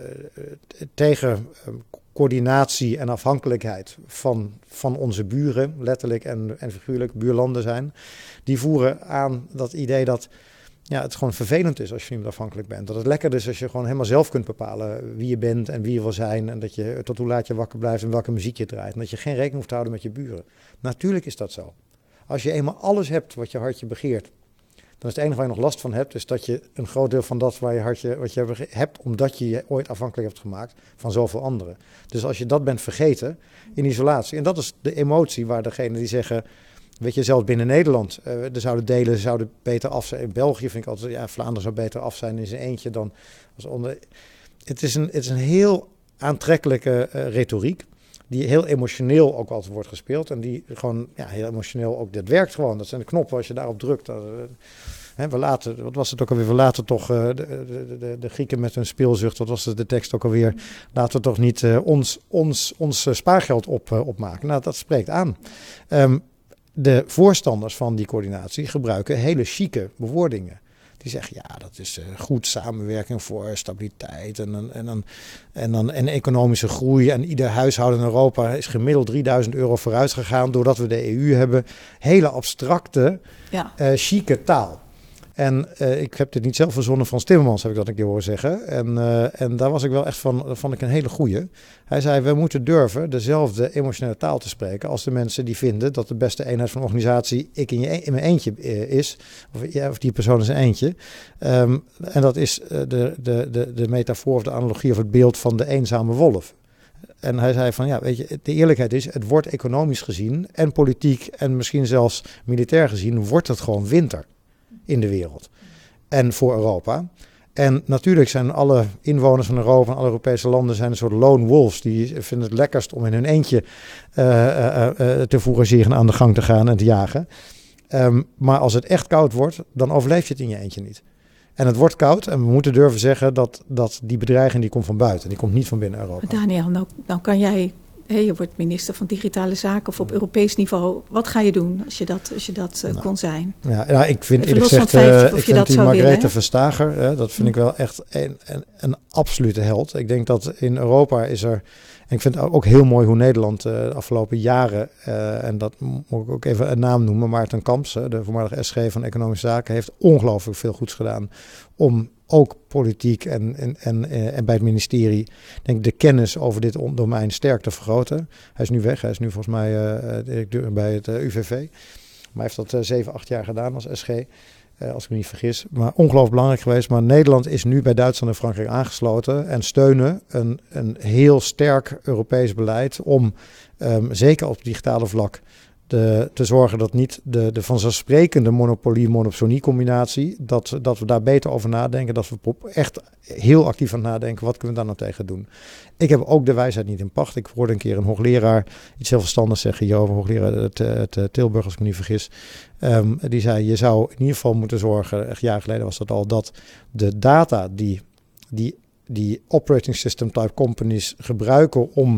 tegen uh, coördinatie en afhankelijkheid van, van onze buren, letterlijk en, en figuurlijk buurlanden zijn, die voeren aan dat idee dat ja, het gewoon vervelend is als je niet afhankelijk bent. Dat het lekker is als je gewoon helemaal zelf kunt bepalen wie je bent en wie je wil zijn. En dat je tot hoe laat je wakker blijft en welke muziek je draait. En dat je geen rekening hoeft te houden met je buren. Natuurlijk is dat zo. Als je eenmaal alles hebt wat je hartje begeert, dan is het enige waar je nog last van hebt, is dat je een groot deel van dat waar je hartje, wat je hebt, omdat je je ooit afhankelijk hebt gemaakt van zoveel anderen. Dus als je dat bent vergeten in isolatie, en dat is de emotie waar degene die zeggen, weet je, zelfs binnen Nederland, uh, er zouden delen zouden beter af zijn. In België vind ik altijd, ja, Vlaanderen zou beter af zijn in zijn eentje dan als onder. Het is een, het is een heel aantrekkelijke uh, retoriek, die heel emotioneel ook altijd wordt gespeeld. En die gewoon, ja, heel emotioneel ook, dat werkt gewoon. Dat zijn de knoppen, als je daarop drukt. Dat, uh, hè, we laten, wat was het ook alweer, we laten toch uh, de, de, de, de Grieken met hun speelzucht, wat was de tekst ook alweer, laten we toch niet uh, ons, ons, ons uh, spaargeld op, uh, opmaken. Nou, dat spreekt aan. Um, De voorstanders van die coördinatie gebruiken hele chique bewoordingen. Die zeggen, ja, dat is uh, goed samenwerking voor stabiliteit en, en, en, en, en, dan, en economische groei. En ieder huishouden in Europa is gemiddeld drieduizend euro vooruit gegaan doordat we de E U hebben. Hele abstracte, ja. uh, chique taal. En uh, ik heb dit niet zelf verzonnen, Frans Timmermans heb ik dat een keer horen zeggen. En, uh, en daar was ik wel echt van, dat vond ik een hele goeie. Hij zei, we moeten durven dezelfde emotionele taal te spreken als de mensen die vinden dat de beste eenheid van een organisatie ik in, je, in mijn eentje uh, is. Of, ja, of die persoon is een eentje. Um, en dat is uh, de, de, de, de metafoor of de analogie of het beeld van de eenzame wolf. En hij zei van, ja, weet je, de eerlijkheid is, het wordt economisch gezien en politiek en misschien zelfs militair gezien, wordt het gewoon winter in de wereld en voor Europa. En natuurlijk zijn alle inwoners van Europa en alle Europese landen zijn een soort lone wolves. Die vinden het lekkerst om in hun eentje uh, uh, uh, te fourageren, aan de gang te gaan en te jagen. Um, maar als het echt koud wordt, dan overleef je het in je eentje niet. En het wordt koud en we moeten durven zeggen dat, dat die bedreiging die komt van buiten. Die komt niet van binnen Europa. Daniel, nou, nou kan jij, hey, je wordt minister van Digitale Zaken of op Europees niveau. Wat ga je doen als je dat, als je dat uh, nou, kon zijn? Ja, nou, ik vind eerlijk gezegd, uh, ik vind die Margrethe Vestager, uh, dat vind ik wel echt een, een, een absolute held. Ik denk dat in Europa is er, en ik vind het ook heel mooi hoe Nederland uh, de afgelopen jaren, uh, en dat moet ik ook even een naam noemen, Maarten Kamps, de voormalige S G van Economische Zaken, heeft ongelooflijk veel goeds gedaan om ook politiek en, en, en, en bij het ministerie, denk ik, de kennis over dit domein sterk te vergroten. Hij is nu weg, hij is nu volgens mij uh, directeur bij het uh, U V V. Maar hij heeft dat uh, zeven, acht jaar gedaan als S G, uh, als ik me niet vergis. Maar ongelooflijk belangrijk geweest. Maar Nederland is nu bij Duitsland en Frankrijk aangesloten en steunen een, een heel sterk Europees beleid om, um, zeker op het digitale vlak, De, te zorgen dat niet de, de vanzelfsprekende monopolie-monopolie-combinatie, dat, dat we daar beter over nadenken, dat we echt heel actief aan nadenken, wat kunnen we daar nou tegen doen. Ik heb ook de wijsheid niet in pacht. Ik hoorde een keer een hoogleraar iets heel verstandigs zeggen hierover, hoogleraar het, het, het Tilburg, als ik me niet vergis. Um, die zei, je zou in ieder geval moeten zorgen, echt jaren geleden was dat al, dat de data die, die, die operating system type companies gebruiken om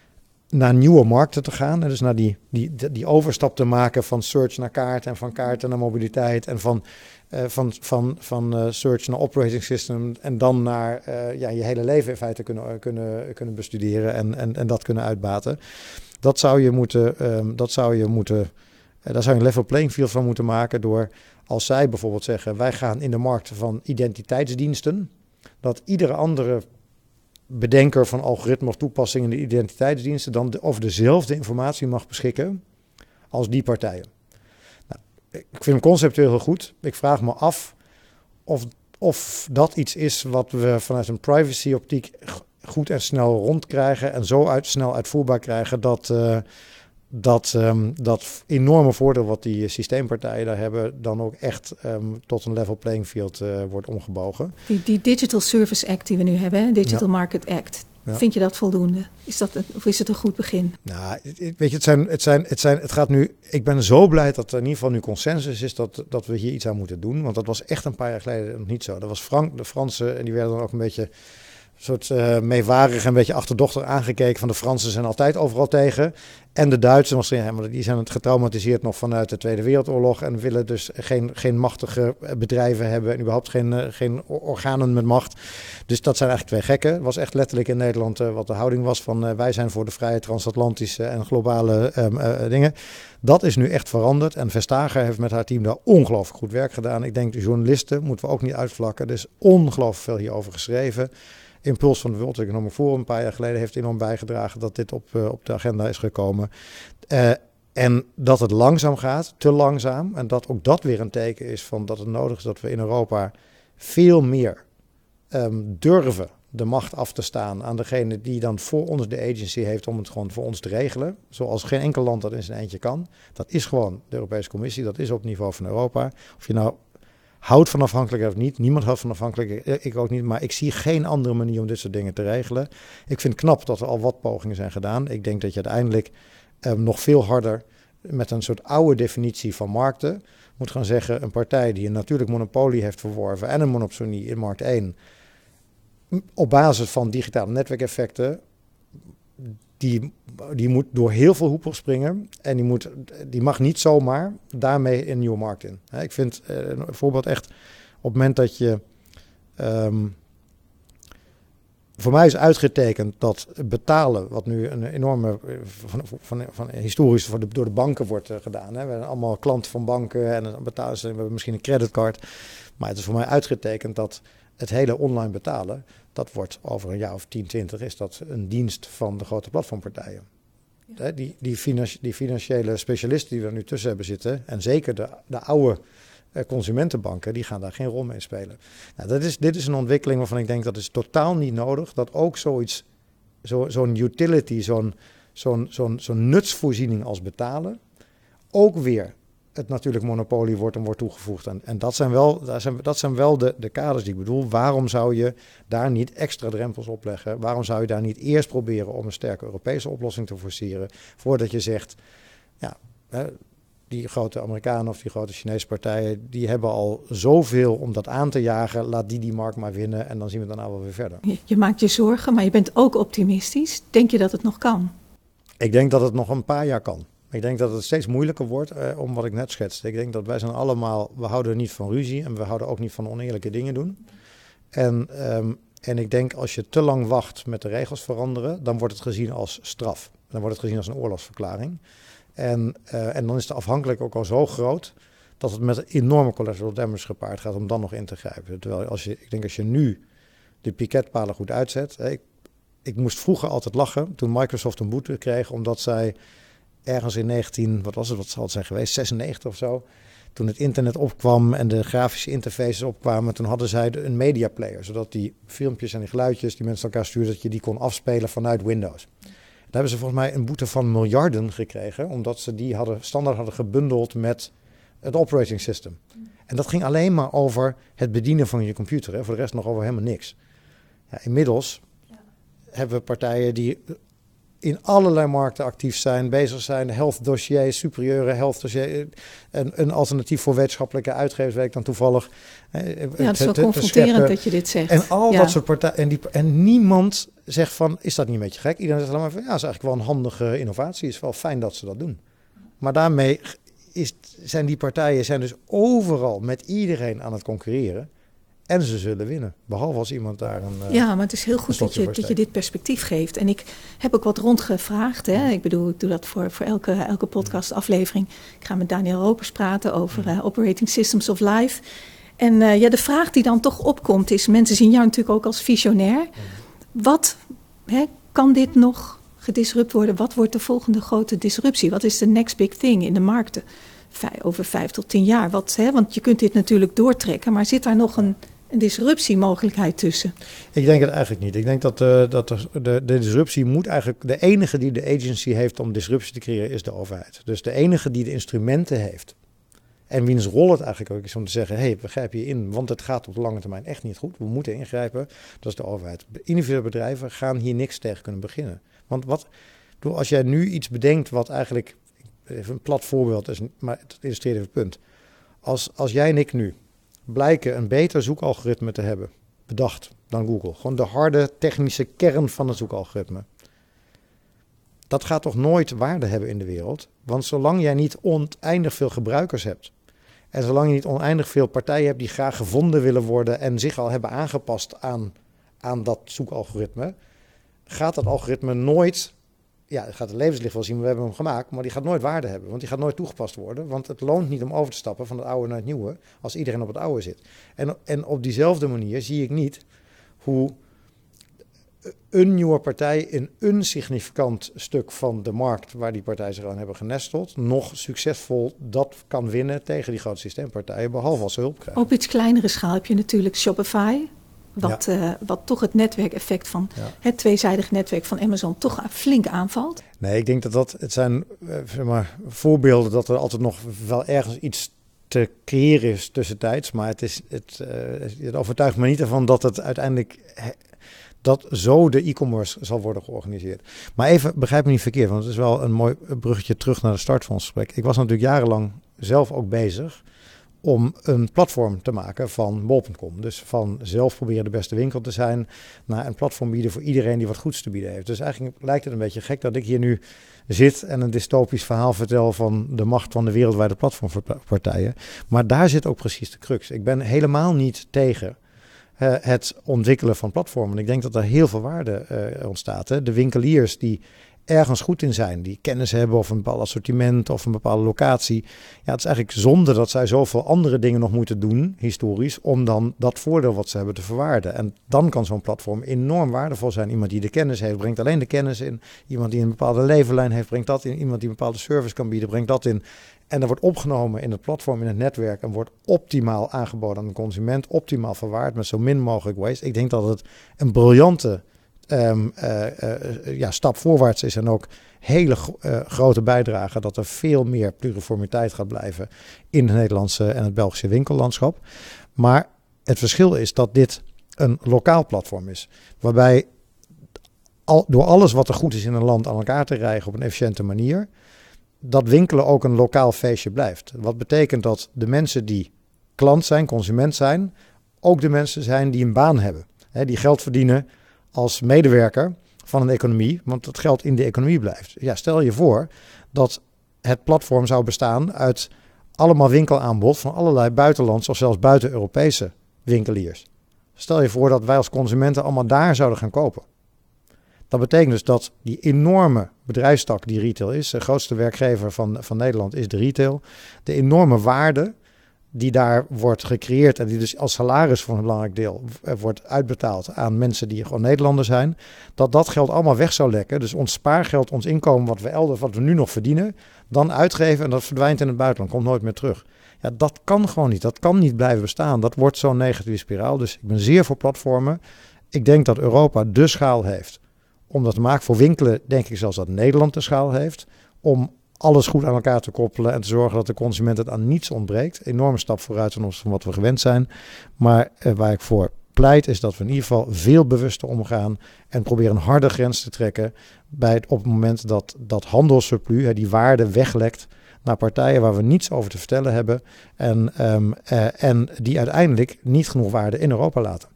naar nieuwe markten te gaan. En dus naar die, die, die overstap te maken van search naar kaart en van kaarten naar mobiliteit en van, uh, van, van, van uh, search naar operating system en dan naar uh, ja, je hele leven in feite kunnen, kunnen, kunnen bestuderen en, en, en dat kunnen uitbaten. Dat zou je moeten, um, dat zou je moeten, uh, daar zou je een level playing field van moeten maken door, als zij bijvoorbeeld zeggen, wij gaan in de markt van identiteitsdiensten, dat iedere andere bedenker van algoritme of toepassingen in de identiteitsdiensten dan de, over dezelfde informatie mag beschikken als die partijen. Nou, ik vind hem conceptueel heel goed. Ik vraag me af of, of dat iets is wat we vanuit een privacy-optiek goed en snel rondkrijgen en zo uit, snel uitvoerbaar krijgen dat, uh, dat um, dat enorme voordeel wat die systeempartijen daar hebben dan ook echt um, tot een level playing field uh, wordt omgebogen. Die, die Digital Service Act die we nu hebben, Digital ja. Market Act, ja. Vind je dat voldoende? Is dat een, of is het een goed begin? Nou, weet je, het zijn, het zijn, het zijn, het gaat nu. Ik ben zo blij dat er in ieder geval nu consensus is dat, dat we hier iets aan moeten doen, want dat was echt een paar jaar geleden nog niet zo. Dat was Frank, de Fransen, en die werden dan ook een beetje soort uh, meewarig en een beetje achterdochtig aangekeken van de Fransen zijn altijd overal tegen. En de Duitsers, die zijn het getraumatiseerd nog vanuit de Tweede Wereldoorlog en willen dus geen, geen machtige bedrijven hebben en überhaupt geen, uh, geen organen met macht. Dus dat zijn eigenlijk twee gekken. Het was echt letterlijk in Nederland uh, wat de houding was van uh, wij zijn voor de vrije transatlantische en globale um, uh, dingen. Dat is nu echt veranderd en Vestager heeft met haar team daar ongelooflijk goed werk gedaan. Ik denk de journalisten moeten we ook niet uitvlakken. Er is ongelooflijk veel hierover geschreven. Impuls van het World Economic Forum een paar jaar geleden heeft enorm bijgedragen dat dit op, uh, op de agenda is gekomen. Uh, en dat het langzaam gaat, te langzaam. En dat ook dat weer een teken is van dat het nodig is dat we in Europa veel meer um, durven de macht af te staan aan degene die dan voor ons de agency heeft om het gewoon voor ons te regelen. Zoals geen enkel land dat in zijn eentje kan. Dat is gewoon de Europese Commissie, dat is op niveau van Europa. Of je nou houdt van afhankelijkheid of niet. Niemand houdt van afhankelijkheid, ik ook niet. Maar ik zie geen andere manier om dit soort dingen te regelen. Ik vind het knap dat er al wat pogingen zijn gedaan. Ik denk dat je uiteindelijk eh, nog veel harder met een soort oude definitie van markten moet gaan zeggen, een partij die een natuurlijk monopolie heeft verworven en een monopolie in markt één, op basis van digitale netwerkeffecten, die, die moet door heel veel hoepels springen en die, moet, die mag niet zomaar daarmee een nieuwe markt in. Ik vind uh, een voorbeeld echt op het moment dat je um, voor mij is uitgetekend dat betalen, wat nu een enorme, van, van, van historisch voor de, door de banken wordt uh, gedaan. Hè. We zijn allemaal klanten van banken en dan betalen ze, we hebben misschien een creditcard. Maar het is voor mij uitgetekend dat het hele online betalen, dat wordt over een jaar of tien, twintig, is dat een dienst van de grote platformpartijen. Ja. Die, die, financi- die financiële specialisten die er nu tussen hebben zitten, en zeker de, de oude uh, consumentenbanken, die gaan daar geen rol mee spelen. Nou, dat is, dit is een ontwikkeling waarvan ik denk dat is totaal niet nodig, dat ook zoiets, zo, zo'n utility, zo'n, zo'n, zo'n, zo'n nutsvoorziening als betalen, ook weer het natuurlijk monopolie wordt en wordt toegevoegd. En, en dat zijn wel, dat zijn, dat zijn wel de, de kaders die ik bedoel. Waarom zou je daar niet extra drempels op leggen? Waarom zou je daar niet eerst proberen om een sterke Europese oplossing te forceren, voordat je zegt, ja, hè, die grote Amerikanen of die grote Chinese partijen, die hebben al zoveel om dat aan te jagen. Laat die die markt maar winnen en dan zien we daarna wel weer verder. Je, je maakt je zorgen, maar je bent ook optimistisch. Denk je dat het nog kan? Ik denk dat het nog een paar jaar kan. Ik denk dat het steeds moeilijker wordt, eh, om wat ik net schetste. Ik denk dat wij zijn allemaal, we houden niet van ruzie en we houden ook niet van oneerlijke dingen doen. En, um, en ik denk als je te lang wacht met de regels veranderen, dan wordt het gezien als straf. Dan wordt het gezien als een oorlogsverklaring. En, uh, en dan is de afhankelijkheid ook al zo groot dat het met enorme collateral damage gepaard gaat om dan nog in te grijpen. Terwijl als je, ik denk als je nu de piketpalen goed uitzet. Hè, ik, ik moest vroeger altijd lachen toen Microsoft een boete kreeg omdat zij ergens in negentien, wat was het, wat zal het zijn geweest, zesennegentig of zo. Toen het internet opkwam en de grafische interfaces opkwamen, toen hadden zij een media player, zodat die filmpjes en die geluidjes die mensen elkaar stuurden, dat je die kon afspelen vanuit Windows. Daar hebben ze volgens mij een boete van miljarden gekregen, omdat ze die hadden, standaard hadden gebundeld met het operating system. En dat ging alleen maar over het bedienen van je computer, hè, voor de rest nog over helemaal niks. Ja, inmiddels ja. hebben we partijen die in allerlei markten actief zijn, bezig zijn, health dossiers, superieure health dossiers, een, een alternatief voor wetenschappelijke uitgevers, weet ik dan toevallig. Ja, het is wel confronterend dat je dit zegt. En al ja. dat soort partijen, en, die, en niemand zegt van, is dat niet een beetje gek? Iedereen zegt alleen maar van, ja, dat is eigenlijk wel een handige innovatie, het is wel fijn dat ze dat doen. Maar daarmee is, zijn die partijen zijn dus overal met iedereen aan het concurreren. En ze zullen winnen, behalve als iemand daar een... Ja, maar het is heel goed dat je, dat je dit perspectief geeft. En ik heb ook wat rondgevraagd. Hè. Ik bedoel, ik doe dat voor, voor elke, elke podcastaflevering. Ik ga met Daniel Ropers praten over uh, Operating Systems of Life. En uh, ja, de vraag die dan toch opkomt is, mensen zien jou natuurlijk ook als visionair. Wat hè, kan dit nog gedisrupt worden? Wat wordt de volgende grote disruptie? Wat is de next big thing in de markten? Vij, over vijf tot tien jaar. Wat, hè, want je kunt dit natuurlijk doortrekken, maar zit daar nog een... een disruptiemogelijkheid tussen? Ik denk het eigenlijk niet. Ik denk dat, uh, dat de, de, de disruptie moet eigenlijk... De enige die de agency heeft om disruptie te creëren is de overheid. Dus de enige die de instrumenten heeft. En wiens rol het eigenlijk ook is om te zeggen... hé, hey, we grijpen je in, want het gaat op de lange termijn echt niet goed. We moeten ingrijpen. Dat is de overheid. Individuele bedrijven gaan hier niks tegen kunnen beginnen. Want wat, als jij nu iets bedenkt wat eigenlijk... Even een plat voorbeeld, is, maar het illustreert even het punt. Als, als jij en ik nu... blijken een beter zoekalgoritme te hebben bedacht dan Google. Gewoon de harde technische kern van het zoekalgoritme. Dat gaat toch nooit waarde hebben in de wereld? Want zolang jij niet oneindig veel gebruikers hebt en zolang je niet oneindig veel partijen hebt die graag gevonden willen worden en zich al hebben aangepast aan, aan dat zoekalgoritme, gaat dat algoritme nooit, ja, gaat het levenslicht wel zien, we hebben hem gemaakt, maar die gaat nooit waarde hebben, want die gaat nooit toegepast worden, want het loont niet om over te stappen van het oude naar het nieuwe als iedereen op het oude zit. En, en op diezelfde manier zie ik niet hoe een nieuwe partij in een significant stuk van de markt waar die partijen zich aan hebben genesteld, nog succesvol dat kan winnen tegen die grote systeempartijen, behalve als ze hulp krijgen. Op iets kleinere schaal heb je natuurlijk Shopify, wat, ja. uh, wat toch het netwerkeffect van ja. het tweezijdig netwerk van Amazon toch flink aanvalt. Nee, ik denk dat dat, het zijn uh, zeg maar, voorbeelden dat er altijd nog wel ergens iets te creëren is tussentijds, maar het, is, het, uh, het overtuigt me niet ervan dat het uiteindelijk He, dat zo de e-commerce zal worden georganiseerd. Maar even, begrijp me niet verkeerd, want het is wel een mooi bruggetje terug naar de start van ons gesprek. Ik was natuurlijk jarenlang zelf ook bezig om een platform te maken van bol punt com. Dus van zelf proberen de beste winkel te zijn naar een platform bieden voor iedereen die wat goeds te bieden heeft. Dus eigenlijk lijkt het een beetje gek dat ik hier nu zit en een dystopisch verhaal vertel van de macht van de wereldwijde platformpartijen. Maar daar zit ook precies de crux. Ik ben helemaal niet tegen Uh, het ontwikkelen van platformen. Ik denk dat er heel veel waarde uh, ontstaat. Hè. De winkeliers die ergens goed in zijn, die kennis hebben of een bepaald assortiment of een bepaalde locatie. Ja, het is eigenlijk zonde dat zij zoveel andere dingen nog moeten doen, historisch, om dan dat voordeel wat ze hebben te verwaarden. En dan kan zo'n platform enorm waardevol zijn. Iemand die de kennis heeft, brengt alleen de kennis in. Iemand die een bepaalde levenlijn heeft, brengt dat in. Iemand die een bepaalde service kan bieden, brengt dat in. En dat wordt opgenomen in het platform, in het netwerk en wordt optimaal aangeboden aan de consument, optimaal verwaard met zo min mogelijk waste. Ik denk dat het een briljante um, uh, uh, ja, stap voorwaarts is en ook hele uh, grote bijdrage dat er veel meer pluriformiteit gaat blijven in het Nederlandse en het Belgische winkellandschap. Maar het verschil is dat dit een lokaal platform is, waarbij al, door alles wat er goed is in een land aan elkaar te rijgen op een efficiënte manier, dat winkelen ook een lokaal feestje blijft. Wat betekent dat de mensen die klant zijn, consument zijn, ook de mensen zijn die een baan hebben. Hè, die geld verdienen als medewerker van een economie, want dat geld in de economie blijft. Ja, stel je voor dat het platform zou bestaan uit allemaal winkelaanbod van allerlei buitenlandse of zelfs buiten-Europese winkeliers. Stel je voor dat wij als consumenten allemaal daar zouden gaan kopen. Dat betekent dus dat die enorme bedrijfstak die retail is, de grootste werkgever van, van Nederland is de retail, de enorme waarde die daar wordt gecreëerd en die dus als salaris voor een belangrijk deel wordt uitbetaald aan mensen die gewoon Nederlander zijn, dat dat geld allemaal weg zou lekken. Dus ons spaargeld, ons inkomen wat we elders, wat we nu nog verdienen, dan uitgeven en dat verdwijnt in het buitenland, komt nooit meer terug. Ja, dat kan gewoon niet. Dat kan niet blijven bestaan. Dat wordt zo'n negatieve spiraal. Dus ik ben zeer voor platformen. Ik denk dat Europa de schaal heeft om dat te maken. Voor winkelen denk ik zelfs dat Nederland de schaal heeft om alles goed aan elkaar te koppelen en te zorgen dat de consument het aan niets ontbreekt. Enorme stap vooruit ten opzichte van wat we gewend zijn. Maar eh, waar ik voor pleit is dat we in ieder geval veel bewuster omgaan en proberen een harde grens te trekken bij het, op het moment dat dat handelssurplus, hè, die waarde weglekt naar partijen waar we niets over te vertellen hebben en, um, uh, en die uiteindelijk niet genoeg waarde in Europa laten.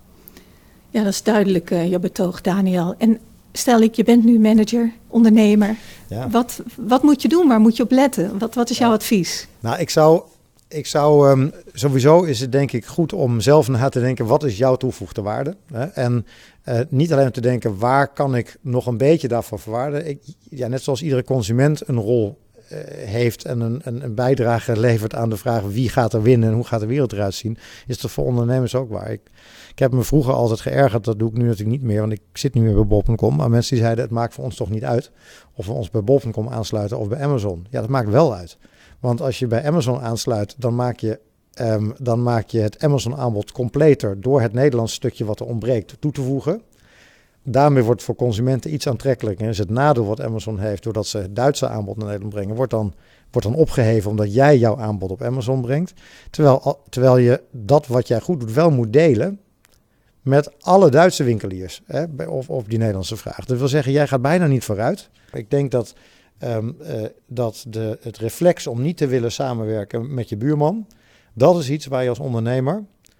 Ja, dat is duidelijk, uh, je betoog, Daniel. En stel ik, je bent nu manager, ondernemer. Ja. Wat, wat moet je doen? Waar moet je op letten? Wat, wat is jouw ja. advies? Nou, ik zou, ik zou um, sowieso is het denk ik goed om zelf naar te denken, wat is jouw toegevoegde waarde? Hè? En uh, niet alleen om te denken, waar kan ik nog een beetje daarvan verwaarden? Ik, ja, net zoals iedere consument een rol uh, heeft en een, een, een bijdrage levert aan de vraag wie gaat er winnen en hoe gaat de wereld eruit zien, is dat voor ondernemers ook waar. Ik, Ik heb me vroeger altijd geërgerd, dat doe ik nu natuurlijk niet meer, want ik zit niet meer bij bol punt com. Maar mensen die zeiden, het maakt voor ons toch niet uit of we ons bij bol punt com aansluiten of bij Amazon. Ja, dat maakt wel uit. Want als je bij Amazon aansluit, dan maak je, um, dan maak je het Amazon aanbod completer door het Nederlandse stukje wat er ontbreekt toe te voegen. Daarmee wordt voor consumenten iets aantrekkelijker. Dus het nadeel wat Amazon heeft, doordat ze het Duitse aanbod naar Nederland brengen, wordt dan, wordt dan opgeheven omdat jij jouw aanbod op Amazon brengt. Terwijl, terwijl je dat wat jij goed doet wel moet delen met alle Duitse winkeliers, hè, of op die Nederlandse vraag. Dat wil zeggen, jij gaat bijna niet vooruit. Ik denk dat, um, uh, dat de, het reflex om niet te willen samenwerken met je buurman, dat is iets waar je als ondernemer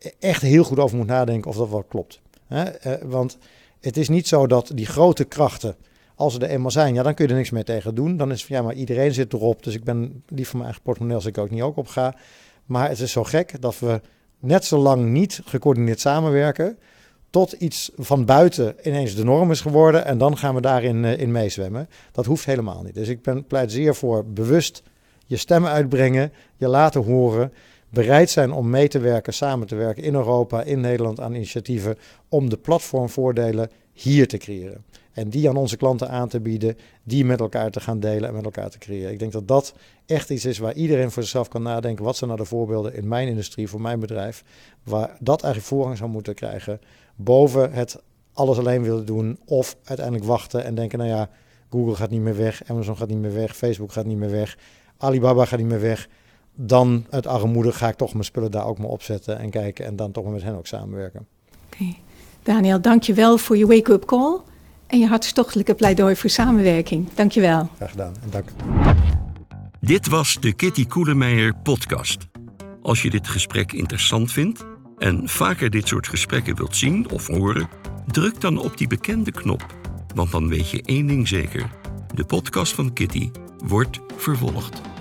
echt heel goed over moet nadenken of dat wel klopt. Hè? Uh, want het is niet zo dat die grote krachten, als ze er eenmaal zijn, ja, dan kun je er niks meer tegen doen. Dan is het van, ja, maar iedereen zit erop, dus ik ben lief van mijn eigen portemonnee als ik ook niet ook op ga. Maar het is zo gek dat we net zo lang niet gecoördineerd samenwerken, tot iets van buiten ineens de norm is geworden en dan gaan we daarin uh, in meezwemmen. Dat hoeft helemaal niet. Dus ik ben, pleit zeer voor bewust je stemmen uitbrengen, je laten horen, bereid zijn om mee te werken, samen te werken in Europa, in Nederland aan initiatieven om de platformvoordelen hier te creëren. En die aan onze klanten aan te bieden, die met elkaar te gaan delen en met elkaar te creëren. Ik denk dat dat echt iets is waar iedereen voor zichzelf kan nadenken. Wat zijn nou de voorbeelden in mijn industrie, voor mijn bedrijf, waar dat eigenlijk voorrang zou moeten krijgen boven het alles alleen willen doen of uiteindelijk wachten en denken, nou ja, Google gaat niet meer weg, Amazon gaat niet meer weg, Facebook gaat niet meer weg, Alibaba gaat niet meer weg. Dan uit armoede ga ik toch mijn spullen daar ook maar opzetten en kijken en dan toch maar met hen ook samenwerken. Oké, okay. Daniel, dank je wel voor je wake-up call en je hartstochtelijke pleidooi voor samenwerking. Dank je wel. Graag gedaan en dank. Dit was de Kitty Koelemeijer podcast. Als je dit gesprek interessant vindt en vaker dit soort gesprekken wilt zien of horen, druk dan op die bekende knop. Want dan weet je één ding zeker. De podcast van Kitty wordt vervolgd.